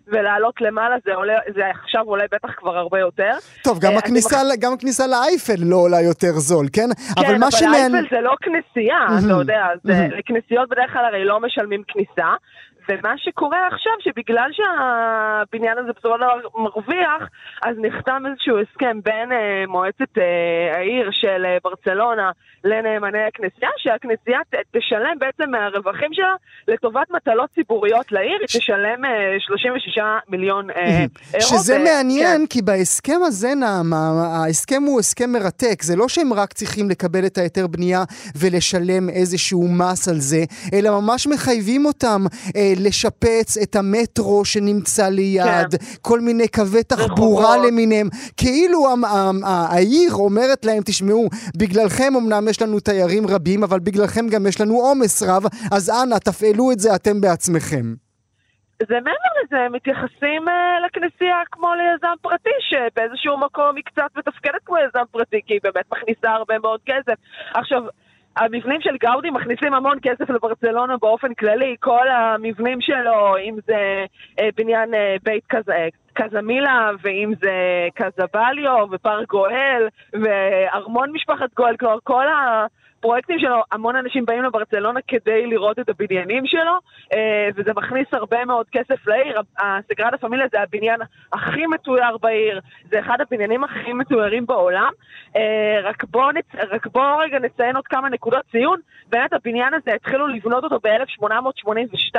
ולעלות למעלה זה עכשיו עולה בטח כבר הרבה יותר. טוב, גם הכניסה לאייפל לא עולה יותר זול, כן? כן, אבל אייפל זה לא כנסייה, אתה יודע, לכנסיות בדרך כלל הרי לא משלמים כניסה, ומה שקורה עכשיו, שבגלל שהבניין הזה בסופו של דבר מרוויח, אז נחתם איזשהו הסכם בין מועצת העיר של ברצלונה לנאמני הכנסייה, שהכנסייה תשלם בעצם מהרווחים שלה לטובת מטלות ציבוריות לעיר, היא תשלם 36 מיליון אירו. שזה מעניין, כי בהסכם הזה, נעמה, ההסכם הוא הסכם מרתק, זה לא שהם רק צריכים לקבל את היתר בנייה ולשלם איזשהו מס על זה, אלא ממש מחייבים אותם לשפץ את המטרו שנמצא ליד, כל מיני קווי תחבורה למיניהם, כאילו העיר אומרת להם, תשמעו, בגללכם אמנם יש לנו תיירים רבים, אבל בגללכם גם יש לנו עומס רב, אז אנא, תפעלו את זה אתם בעצמכם. זה מעבר לזה, מתייחסים לכנסייה כמו ליזם פרטי, שבאיזשהו מקום היא קצת מתפקדת כמו יזם פרטי, כי היא באמת מכניסה הרבה מאוד כסף. עכשיו, המבנים של גאודי מכניסים המון כסף לברצלונה באופן כללי, כל המבנים שלו, אם זה בניין בית קזמילה, ואם זה קזבליו, ופארק גואל, וארמון משפחת גואל, כלומר כל הפרויקטים שלו, המון אנשים באים לברצלונה כדי לראות את הבניינים שלו, וזה מכניס הרבה מאוד כסף לעיר. הסגרדה פמיליה זה הבניין הכי מתואר בעיר, זה אחד הבניינים הכי מתוארים בעולם, רק בוא רגע נציין עוד כמה נקודות ציון. באמת הבניין הזה התחילו לבנות אותו ב-1882,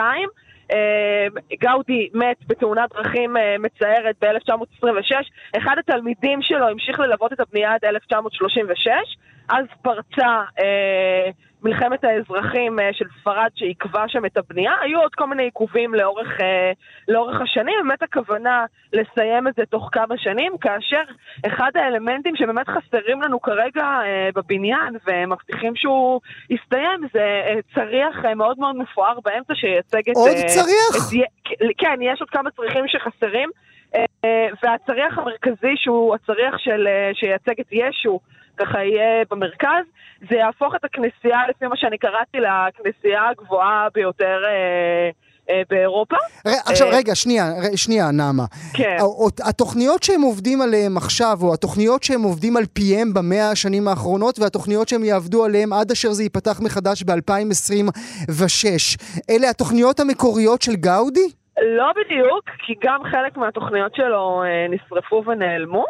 גאודי מת בתאונת דרכים מצערת ב-1926, אחד התלמידים שלו המשיך ללוות את הבנייה עד 1936, אז פרצה מלחמת האזרחים של ספרד שעיכבה שם את הבנייה, היו עוד כל מיני עיכובים לאורך השנים, באמת הכוונה לסיים את זה תוך כמה שנים, כאשר אחד האלמנטים שבאמת חסרים לנו כרגע בבניין ומבטיחים שהוא יסתיים, זה צריח מאוד מאוד מפואר באמצע שייצג את... עוד צריח? כן, יש עוד כמה צריכים שחסרים, והצריח המרכזי שהוא הצריח שייצג את ישו, ככה יהיה במרכז, זה יהפוך את הכנסייה, לפי מה שאני קראתי, לכנסייה הגבוהה ביותר באירופה. עכשיו רגע, שנייה נעמה. כן. התוכניות שהם עובדים עליהם עכשיו, או התוכניות שהם עובדים על פיהם במאה השנים האחרונות, והתוכניות שהם יעבדו עליהם עד אשר זה ייפתח מחדש ב-2026, אלה התוכניות המקוריות של גאודי? לא בדיוק, כי גם חלק מהתוכניות שלו נשרפו ונעלמו.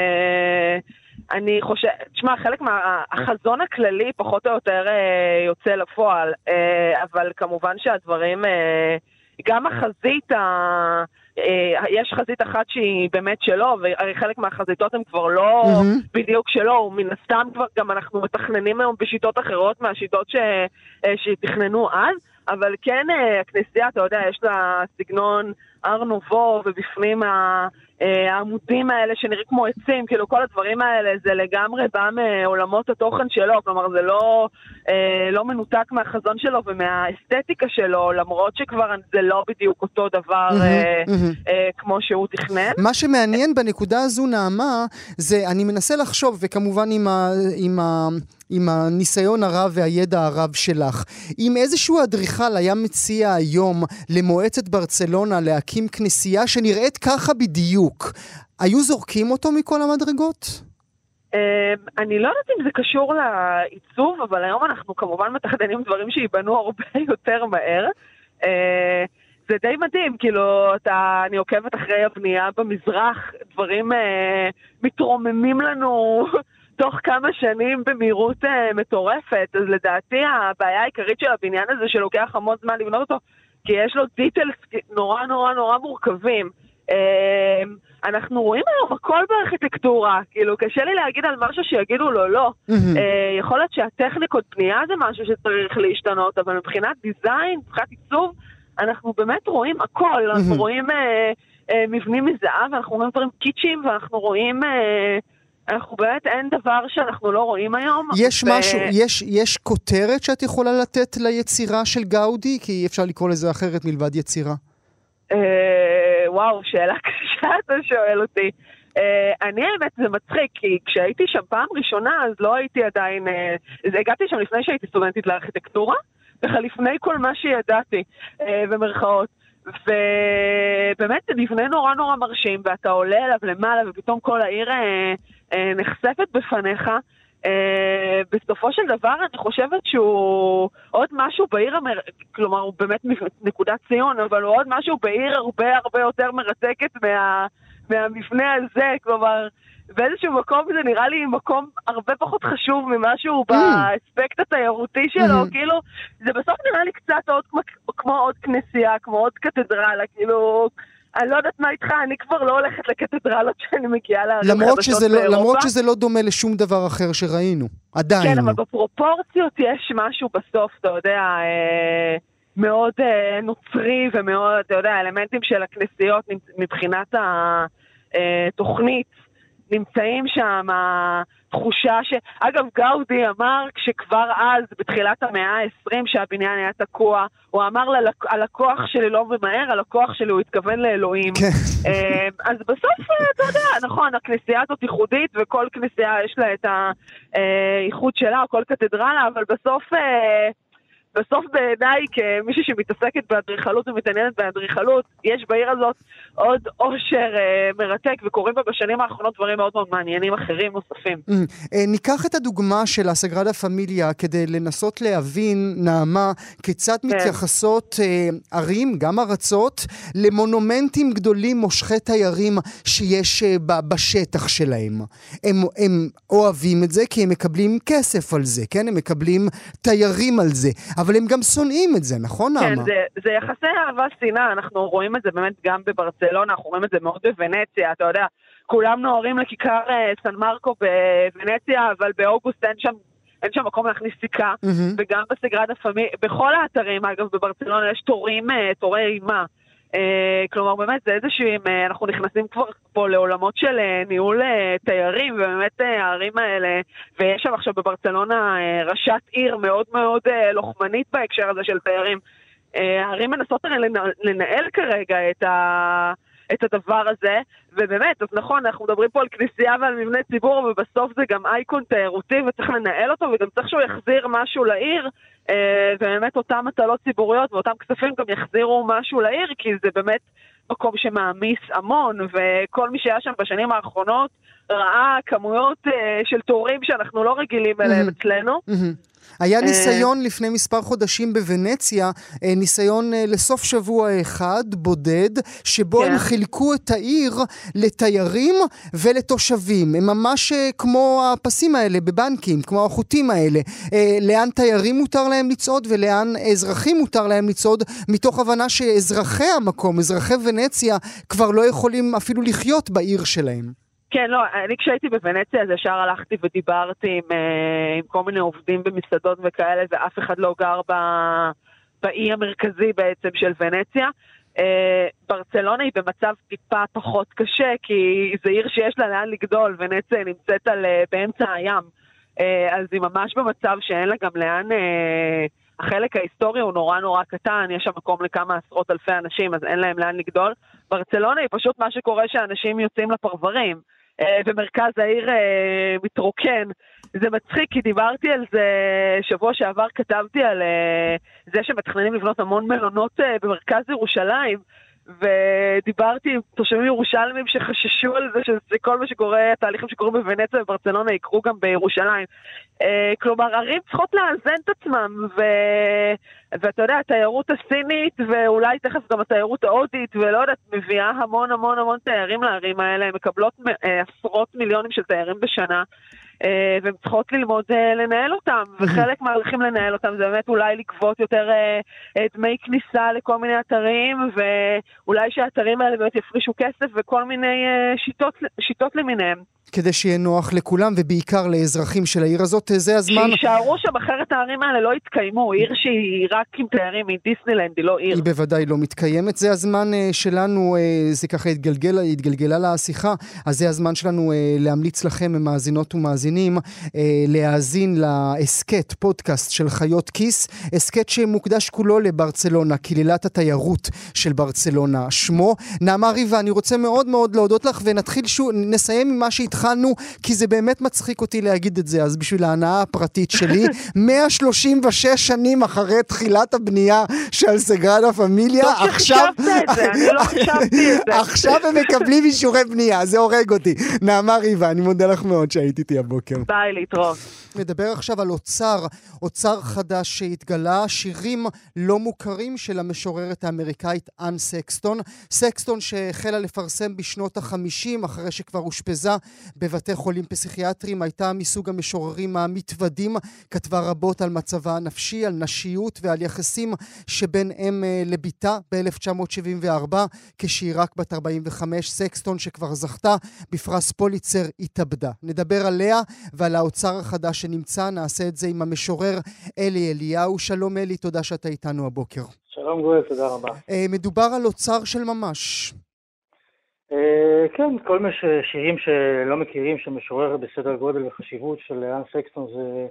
אני חושב, תשמע, חלק מהחזון הכללי פחות או יותר יוצא לפועל, אבל כמובן שהדברים, גם החזית, יש חזית אחת שהיא באמת שלו, וחלק מהחזיתות הן כבר לא בדיוק שלו, מן הסתם כבר גם אנחנו מתכננים היום בשיטות אחרות מהשיטות שתכננו אז, אבל כן, הכנסייה, אתה יודע, יש לה סגנון ארנובו, ובפנים העמודים האלה שנראים כמו עצים, כאילו כל הדברים האלה, זה לגמרי בא מעולמות התוכן שלו, כלומר זה לא מנותק מהחזון שלו ומהאסתטיקה שלו, למרות שכבר זה לא בדיוק אותו דבר כמו שהוא תכנן. מה שמעניין בנקודה הזו, נעמה, זה אני מנסה לחשוב, וכמובן עם הניסיון הרב והידע הרב שלך, אם איזשהו אדריכל היה מציע היום למועצת ברצלונה להקים כנסייה שנראית ככה בדיוק, היו זורקים אותו מכל המדרגות? אני לא יודעת אם זה קשור לעיצוב, אבל היום אנחנו כמובן מתכננים דברים שיבנו הרבה יותר מהר. זה די מדהים, כאילו, אני עוקבת אחרי הבנייה במזרח, דברים מתרוממים לנו תוך כמה שנים במהירות מטורפת, אז לדעתי הבעיה העיקרית של הבניין הזה שלוקח המון זמן לבנות אותו, כי יש לו דיטלס נורא נורא נורא מורכבים. אנחנו רואים היום הכל בארכיטקטורה, כאילו קשה לי להגיד על משהו שיגידו לו לא. יכול להיות שהטכניקות בנייה זה משהו שצריך להשתנות, אבל מבחינת דיזיין, מבחינת עיצוב, אנחנו באמת רואים הכל, אנחנו רואים מבנים מזהב, אנחנו רואים דברים קיצ'ים, ואנחנו רואים... אנחנו באמת אין דבר שאנחנו לא רואים היום. יש משהו, יש כותרת שאת יכולה לתת ליצירה של גאודי? כי אי אפשר לקרוא לזה אחרת מלבד יצירה. וואו, שאלה קשה אתה שואל אותי. אני האמת זה מצחיק, כי כשהייתי שם פעם ראשונה, אז לא הייתי עדיין... הגעתי שם לפני שהייתי סטודנטית לארכיטקטורה, וכך לפני כל מה שידעתי, במרכאות. ובאמת זה נבנה נורא נורא מרשים, ואתה עולה אליו למעלה, ופתאום כל העיר נחשפת בפניך. בסופו של דבר אני חושבת שהוא עוד משהו בעיר, כלומר הוא באמת נקודת ציון, אבל הוא עוד משהו בעיר הרבה הרבה יותר מרתקת מהמבנה הזה, כלומר באיזשהו מקום זה נראה לי מקום הרבה פחות חשוב ממשהו באספקט התיירותי שלו, כאילו זה בסוף נראה לי קצת כמו עוד כנסייה, כמו עוד קתדרלה, כאילו אני לא יודעת מה איתך, אני כבר לא הולכת לקתדרלות שאני מגיעה לערים חדשות באירופה. למרות שזה לא דומה לשום דבר אחר שראינו, עדיין. כן, אבל בפרופורציות יש משהו בסוף, אתה יודע, מאוד נוצרי ומאוד, אתה יודע, האלמנטים של הכנסיות מבחינת התוכנית נמצאים שם, התחושה אגב, גאודי אמר כשכבר אז, בתחילת המאה ה-20, שהבניין היה תקוע, הוא אמר הלקוח שלי לא ממהר, הלקוח שלי הוא התכוון לאלוהים. אז בסוף, אתה יודע, נכון, הכנסייה הזאת ייחודית, וכל כנסייה יש לה את הייחוד שלה, או כל קתדרלה, אבל בסוף בעיניי, כמישהי שמתעסקת באדריכלות ומתעניינת באדריכלות, יש בעיר הזאת עוד עושר מרתק, וקוראים בה בשנים האחרונות דברים מאוד מאוד מעניינים אחרים נוספים. ניקח את הדוגמה של הסגרדה פמיליה, כדי לנסות להבין, נעמה, כיצד מתייחסות ערים, גם ארצות, למונומנטים גדולים מושכי תיירים שיש בשטח שלהם. הם אוהבים את זה כי הם מקבלים כסף על זה, כן? הם מקבלים תיירים על זה. אבל הם גם שונאים את זה, נכון, נעמה? כן, זה יחסי אהבה שנאה, אנחנו רואים את זה באמת גם בברצלונה, אנחנו רואים את זה מאוד בוונציה, אתה יודע, כולם נוהרים לכיכר סן מרקו בוונציה, אבל באוגוסט אין שם מקום להכניס סיכה, וגם בסגרדה פמיליה, בכל האתרים, אגב, בברצלונה יש תורי אימה, כלומר באמת זה איזשהם, אנחנו נכנסים כבר פה לעולמות של ניהול תיירים, ובאמת הערים האלה, ויש שם עכשיו בברצלונה ראשת עיר מאוד מאוד לוחמנית בהקשר הזה של תיירים. הערים מנסות לנהל כרגע את הדבר הזה, ובאמת, אז נכון, אנחנו מדברים פה על כנסייה ועל מבנה ציבור, ובסוף זה גם אייקון תיירותי, וצריך לנהל אותו, וגם צריך שהוא יחזיר משהו לעיר, ובאמת אותם מטלות ציבוריות, ואותם כספים גם יחזירו משהו לעיר, כי זה באמת מקום שמעמיס המון, וכל מי שהיה שם בשנים האחרונות, ראה כמויות של תורים שאנחנו לא רגילים אליהם אצלנו. היה ניסיון לפני מספר חודשים בוונציה, ניסיון לסוף שבוע אחד בודד, שבו הם חילקו את העיר לתיירים ולתושבים. הם ממש כמו הפסים האלה בבנקים, כמו החוטים האלה. לאן תיירים מותר להם לצעוד ולאן אזרחים מותר להם לצעוד, מתוך הבנה שאזרחי המקום, אזרחי ונציה, כבר לא יכולים אפילו לחיות בעיר שלהם. כן, לא, אני כשהייתי בוונציה, אז ישר הלכתי ודיברתי עם כל מיני עובדים במסעדות וכאלה, ואף אחד לא גר באי המרכזי בעצם של ונציה. ברצלונה היא במצב טיפה פחות קשה, כי זה עיר שיש לה לאן לגדול, ונציה נמצאת באמצע הים. אז היא ממש במצב שאין לה גם לאן... החלק ההיסטורי הוא נורא נורא קטן, יש שם מקום לכמה עשרות אלפי אנשים, אז אין להם לאן לגדול. ברצלונה היא פשוט מה שקורה שאנשים יוצאים לפרברים, ומרכז העיר מתרוקן. זה מצחיק, כי דיברתי על זה שבוע שעבר, כתבתי על זה שמתכננים לבנות המון מלונות במרכז ירושלים, ודיברתי עם תושבים ירושלמים שחששו על זה שכל מה שקורה, התהליכים שקורים בוונציה וברצלונה יקרו גם בירושלים. כלומר, ערים צריכות לאזן את עצמם, ואתה יודע, התיירות הסינית, ואולי תכף גם התיירות ההודית, ולא יודעת, מביאה המון המון המון תיירים לערים האלה, הן מקבלות עשרות מיליונים של תיירים בשנה, והן צריכות ללמוד לנהל אותם, וחלק מהלכים לנהל אותם זה באמת אולי לגבות יותר דמי כניסה לכל מיני אתרים, ואולי שהאתרים האלה באמת יפרישו כסף וכל מיני שיטות למיניהם. כדי שיהיה נוח לכולם, ובעיקר לאזרחים של העיר הזאת, זה הזמן... שישארו שם, אחרת הערים האלה לא יתקיימו, עיר שהיא רק עם תיירים, היא דיסנילנד, היא לא עיר. היא בוודאי לא מתקיימת, זה הזמן שלנו, זה ככה התגלגלה לשיחה, אז זה הזמן שלנו להמליץ לכם, מאזינות ומאזינים, למאזינים להאזין להסקט, פודקאסט של חיות כיס, הסקט שמוקדש כולו לברצלונה, קהילת התיירות של ברצלונה שמו. נעמה ריבה, אני רוצה מאוד מאוד להודות לך, ונתחיל נסיים עם מה שהתחלנו, כי זה באמת מצחיק אותי להגיד את זה, אז בשביל ההנאה הפרטית שלי, 136 שנים אחרי תחילת הבנייה של סגרדה פמיליה, עכשיו הם מקבלים אישורי בנייה, זה הורג אותי. נעמה ריבה, אני מודה לך מאוד שהיית איתי הבוקר. ביי, להתראות. נדבר עכשיו על אוצר חדש שהתגלה, שירים לא מוכרים של המשוררת האמריקאית אן סקסטון. סקסטון שהחלה לפרסם בשנות ה-50, אחרי שכבר אושפזה בבתי חולים פסיכיאטריים, הייתה מסוג המשוררים המתוודים, כתבה רבות על מצבה הנפשי, על נשיות ועל יחסים שבין אם לביתה. ב-1974, כשהיא רק בת 45, סקסטון שכבר זכתה בפרס פוליצר התאבדה. נדבר עליה ועל האוצר החדש שנמצא, נעשה את זה עם המשורר אלי אליהו. שלום אלי, תודה שאתה איתנו הבוקר. שלום גואל, תודה רבה. מדובר על אוצר של ממש. כן, כל מיני שירים שלא מכירים, שמשורר בסדר גודל וחשיבות של אן סקסטון,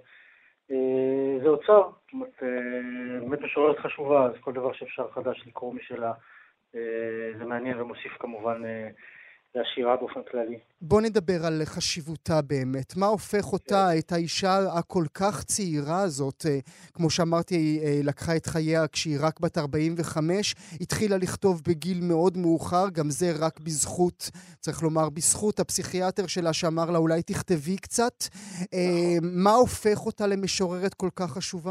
זה אוצר. זאת אומרת, באמת משוררת חשובה, אז כל דבר שאפשר חדש לקרוא משלה, זה מעניין ומוסיף כמובן להשירה באופן כללי. בוא נדבר על חשיבותה באמת. מה הופך אותה, את האישה הכל כך צעירה הזאת, כמו שאמרתי, היא לקחה את חייה כשהיא רק בת 45, התחילה לכתוב בגיל מאוד מאוחר, גם זה רק בזכות, צריך לומר, בזכות הפסיכיאטר שלה שאמר לה אולי תכתבי קצת. מה הופך אותה למשוררת כל כך חשובה?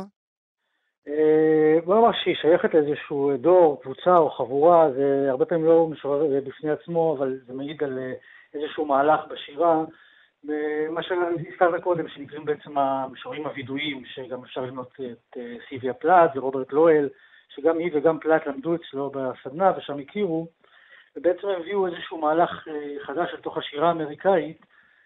בוא נאמר שהיא שייכת לאיזשהו דור, קבוצה או חבורה, זה הרבה פעמים לא משורר בפני עצמו, אבל זה מעיד על איזשהו מהלך בשירה, מה שהזכרת קודם, שנקראים בעצם המשוררים הוידויים, שגם אפשר למנות את סיביה פלאט ורוברט לואל, שגם היא וגם פלאט למדו אצלו בסדנה ושם הכירו, ובעצם הם הביאו איזשהו מהלך חדש לתוך השירה האמריקאית,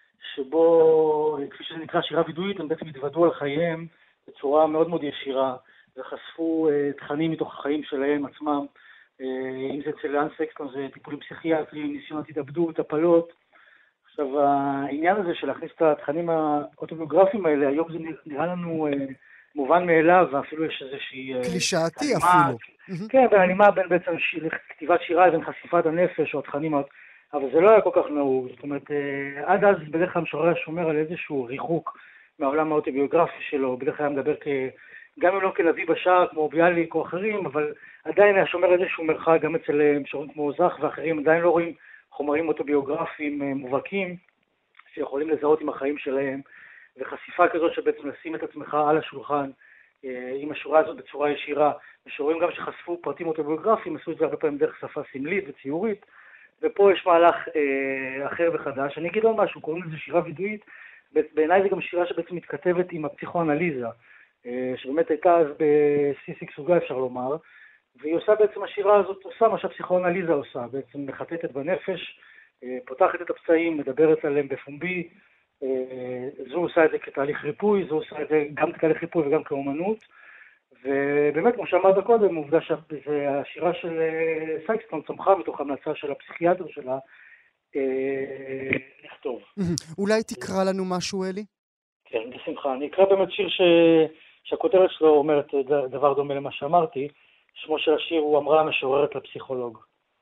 שבו, כפי שזה נקרא שירה וידואית, הם בעצם התוודעו על חייהם בצורה מאוד מאוד ישירה, וחשפו תכנים מתוך החיים שלהם עצמם, אם זה אצל אן סקסטון זה טיפולים פסיכיאטריים, ניסיונות התאבדות, הפלות. עכשיו העניין הזה של להכניס את התכנים האוטוביוגרפיים האלה, היום זה נראה לנו מובן מאליו, ואפילו יש איזושהי קלישאתי אפילו. כן, בהלימה בין בעצם כתיבת שירה לבין חשיפת הנפש או התכנים, אבל זה לא היה כל כך נהוג. זאת אומרת, עד אז בדרך כלל משורר שומר על איזשהו ריחוק מהעולם האוטוביוגרפי שלו, בדרך כלל מדבר גם אם לא כנביא בשער כמו ביאליק או אחרים, אבל עדיין היה שומר איזשהו מרחק, גם אצל משוררים כמו זך ואחרים, עדיין לא רואים חומרים אוטוביוגרפיים מובהקים שיכולים לזהות עם החיים שלהם, וחשיפה כזאת שבעצם לשים את עצמך על השולחן עם השורה הזאת בצורה ישירה. משוררים גם שחשפו פרטים אוטוביוגרפיים, עשו את זה הרבה פעמים דרך שפה סמלית וציורית, ופה יש מהלך אחר וחדש. אני אגיד עוד משהו, קוראים לזה שירה וידואית, בעיניי זה גם שירה שבעצם מתכתבת עם הפסיכואנליזה, שבאמת הייתה אז בסיס סוגה אפשר לומר, והיא עושה בעצם השירה הזאת, עושה מה שהפסיכואנליזה עושה, בעצם מחטטת בנפש, פותחת את הפצעים, מדברת עליהם בפומבי, זו עושה את זה כתהליך ריפוי, זו עושה את זה גם כתהליך ריפוי וגם כאומנות, ובאמת כמו שאמרת קודם, עובדה שהשירה של סקסטון צמחה מתוך המלצה של הפסיכיאטר שלה לכתוב. אולי תקרא לנו משהו אלי? כן, בשמחה. אני אקרא באמת שיר שהכותרת שלו אומרת דבר דומה למה שאמרתי. שמו של השיר הוא אמרה המשוררת לפסיכולוג.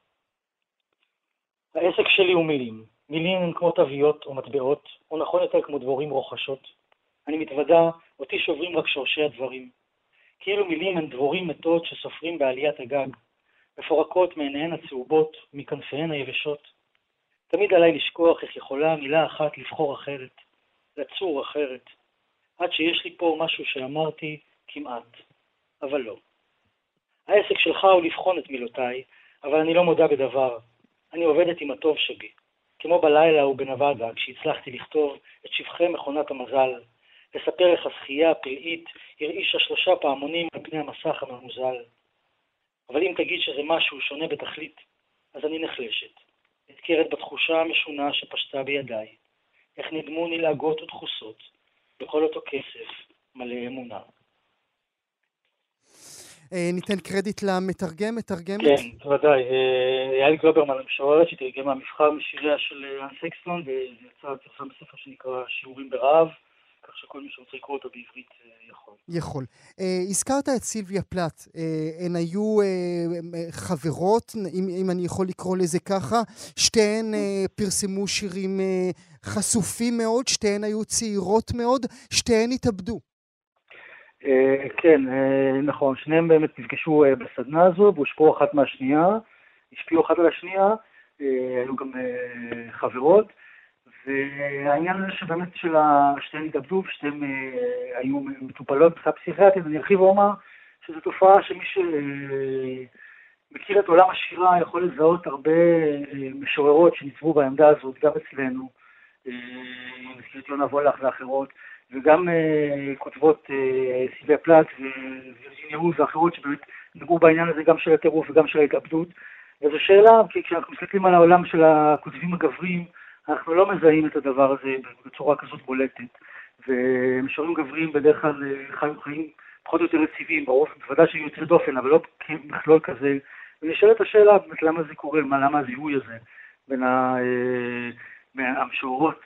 העסק שלי הוא מילים. מילים הן כמו תוויות או מטבעות, או נכון יותר כמו דבורים רוחשות. אני מתוודע, אותי שוברים רק שורשי הדברים. כאילו מילים הן דבורים מתות שסופרים בעליית הגג, מפורקות מעיניהן הצהובות, מכנפיהן היבשות. תמיד עליי לשכוח איך יכולה מילה אחת לבחור אחרת. לצור אחרת, עד שיש לי פה משהו שאמרתי כמעט, אבל לא. העסק שלך הוא לבחון את מילותיי, אבל אני לא מודע בדבר. אני עובדת עם הטוב שבי, כמו בלילה ובנבדה, כשהצלחתי לכתוב את שבחי מכונת המזל, לספר איך הזכייה הפלאית הרעישה 3 פעמונים על פני המסך הממוזל. אבל אם תגיד שזה משהו שונה בתכלית, אז אני נחלשת, נתקרת בתחושה המשונה שפשטה בידיי. איך נדמו נלעגות ודחוסות, בכל אותו כסף מלא אמונה. ניתן קרדיט למתרגם, מתרגמת? כן, ודאי. יאלי גלוברמן, המשוררת, שתרגמה מבחר משיריה של אן סקסטון, וזה יצא פרסם בספר שנקרא שיעורים ברעב, כך שכל מי שרוצה לקרוא אותו בעברית יכול. יכול. הזכרת את סילביה פלט. הן היו חברות, אם אני יכול לקרוא לזה ככה, שתיהן פרסמו שירים חשופים מאוד, שתיהן היו צעירות מאוד, שתיהן התאבדו. כן, נכון, שניהם באמת נפגשו בסדנה הזו, והושפעו אחת מהשנייה, השפיעו אחת על השנייה, היו גם חברות, והעניין הזה שבאמת שתיהן התאבדו, ושתיהן היו מטופלות בצורה פסיכיאטרית, אני ארחיב ואומר שזו תופעה שמי שמכיר את עולם השירה יכול לזהות הרבה משוררות שניצבו בעמדה הזאת, גם אצלנו, נזכרת יונה וולך ואחרות, וגם כותבות סילביה פלט ווירג'יניה וולף ואחרות שבאמת נגעו בעניין הזה גם של הטירוף וגם של ההתאבדות. וזו שאלה, כי כשאנחנו מסתכלים על העולם של הכותבים הגבריים, אנחנו לא מזהים את הדבר הזה בצורה כזאת בולטת. ומשוררים גבריים בדרך כלל חיים פחות או יותר רציבים, ברוב בוודאי שהיו יוצרי דופן, אבל לא כמכלול כזה. ונשאלת השאלה באמת למה זה קורה, למה הזיהוי הזה בין המשוררות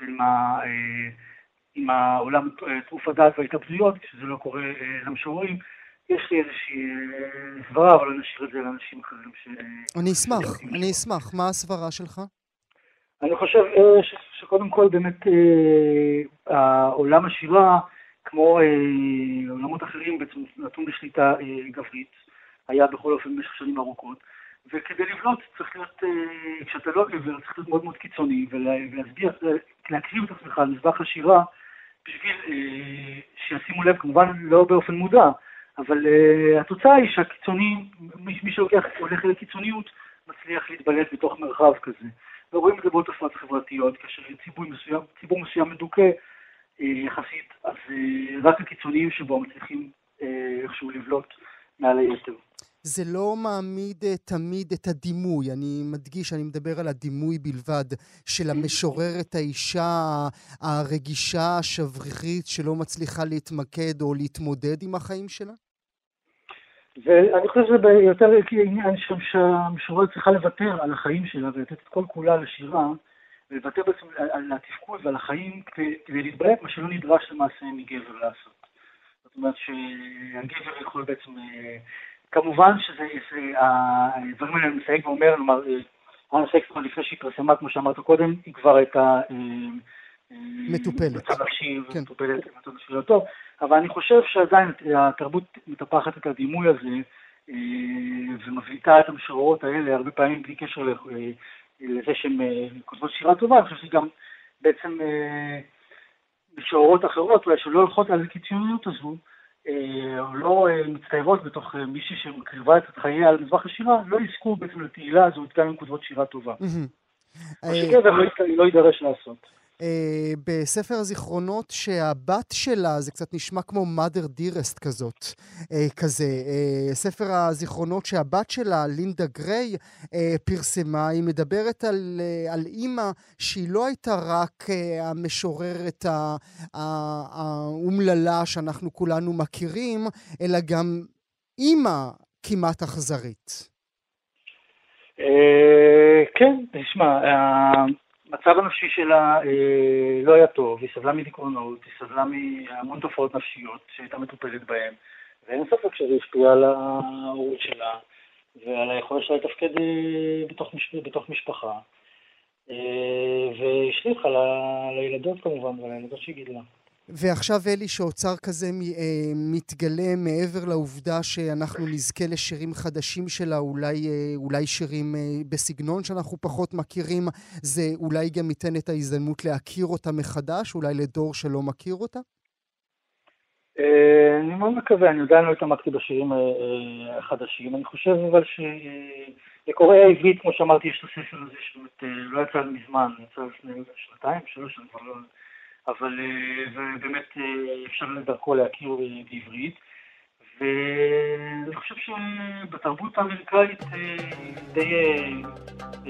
עם העולם תרוף הדעת וההתאבדויות, כשזה לא קורה למשוררים. יש לי איזושהי סברה, אבל נשאיר את זה לאנשים אחרים אני אשמח. מה הסברה שלך? אני חושב שקודם כל באמת העולם השירה, כמו עולמות אחרים, בעצם נתון בשליטה גברית, היה בכל אופן במשך שנים ארוכות, וכדי לבלוט צריך להיות, כשאתה לא גבר, צריך להיות מאוד מאוד קיצוני, ולהקריב את עצמך על מזבח השירה, בשביל שישימו לב, כמובן לא באופן מודע, אבל התוצאה היא שהקיצוני, מי שהולך לקיצוניות, מצליח להתבלט בתוך מרחב כזה. ורואים את זה בעוד תופעות חברתיות, כאשר ציבור מסוים מדוכא יחסית, אז רק הקיצוניים שבו מצליחים איכשהו לבלוט מעל היתר. זה לא מעמיד תמיד את הדימוי, אני מדגיש, אני מדבר על הדימוי בלבד, של המשוררת האישה הרגישה, השברירית, שלא מצליחה להתמקד או להתמודד עם החיים שלה? ואני חושב שזה יותר עניין שהמשוררת צריכה לוותר על החיים שלה ולתת את כל כולה לשירה, ולוותר בעצם על התפקוד ועל החיים כדי להתבלט מה שלא נדרש למעשה מגבר לעשות. זאת אומרת שהגבר יכול בעצם, כמובן שהדברים האלה מסייג ואומר, כלומר, אנה סקסטון לפני שהיא פרסמה, כמו שאמרת קודם, היא כבר הייתה מטופלת. מצב נפשי ומטופלת מצב נפשי לא טוב, אבל אני חושב שעדיין התרבות מטפחת את הדימוי הזה ומבליטה את המשוררות האלה הרבה פעמים בלי קשר לזה שהן כותבות שירה טובה. אני חושב שגם בעצם משוררות אחרות אולי שלא הולכות על הקיצוניות הזו או לא מצטיירות בתוך מישהי שמקריבה את חייה על מזבח השירה, לא יזכו בעצם לתהילה הזאת גם עם כותבות שירה טובה. מה שגבר לא יידרש לעשות. בספר הזיכרונות שהבת שלה, זה קצת נשמע כמו mother dearest כזאת, כזה. ספר הזיכרונות שהבת שלה, לינדה גריי, פרסמה, היא מדברת על אימא שהיא לא הייתה רק המשוררת האומללה שאנחנו כולנו מכירים, אלא גם אימא כמעט אכזרית. כן, תשמע, המצב הנפשי שלה לא היה טוב, היא סבלה מדיכאונות, היא סבלה מהמון תופעות נפשיות שהייתה מטופלת בהן, ואין ספק שזה השפיע על ההורות שלה ועל היכולת שלה לתפקד בתוך משפחה, והשליך על הילדות כמובן ועל הילדות שהיא גידלה. ועכשיו אלי, שאוצר כזה מתגלה מעבר לעובדה שאנחנו נזכה לשירים חדשים שלה, אולי שירים בסגנון שאנחנו פחות מכירים, זה אולי גם ייתן את ההזדמנות להכיר אותה מחדש, אולי לדור שלא מכיר אותה? אני מאוד מקווה, אני עדיין לא התעמקתי בשירים החדשים, אני חושב אבל לקוראי העברית, כמו שאמרתי, יש את הספר הזה שבאמת לא יצא מזמן, יצא לפני 2-3, אני כבר לא... אבל באמת אפשר לדרכו להכיר בעברית, ואני חושב שבתרבות האמריקאית די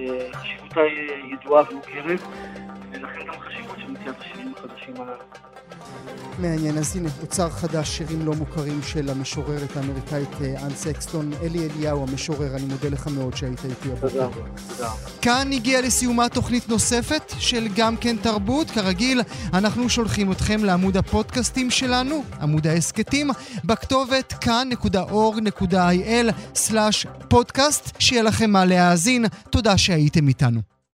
חשיבותה ידועה ומוכרת, ולכן גם חשיבות של מציאת השירים החדשים הללו. מעניין. אז הנה, אוצר חדש, שירים לא מוכרים של המשוררת האמריקאית אן סקסטון. אלי אליהו, המשורר, אני מודה לך מאוד שהיית איתי הבוקר. תודה. כאן הגיעה לסיומה תוכנית נוספת של גם כן תרבות. כרגיל, אנחנו שולחים אתכם לעמוד הפודקאסטים שלנו, עמוד העסקתים, בכתובת כאן.org.il/פודקאסט. שיהיה לכם מה להאזין. תודה שהייתם איתנו.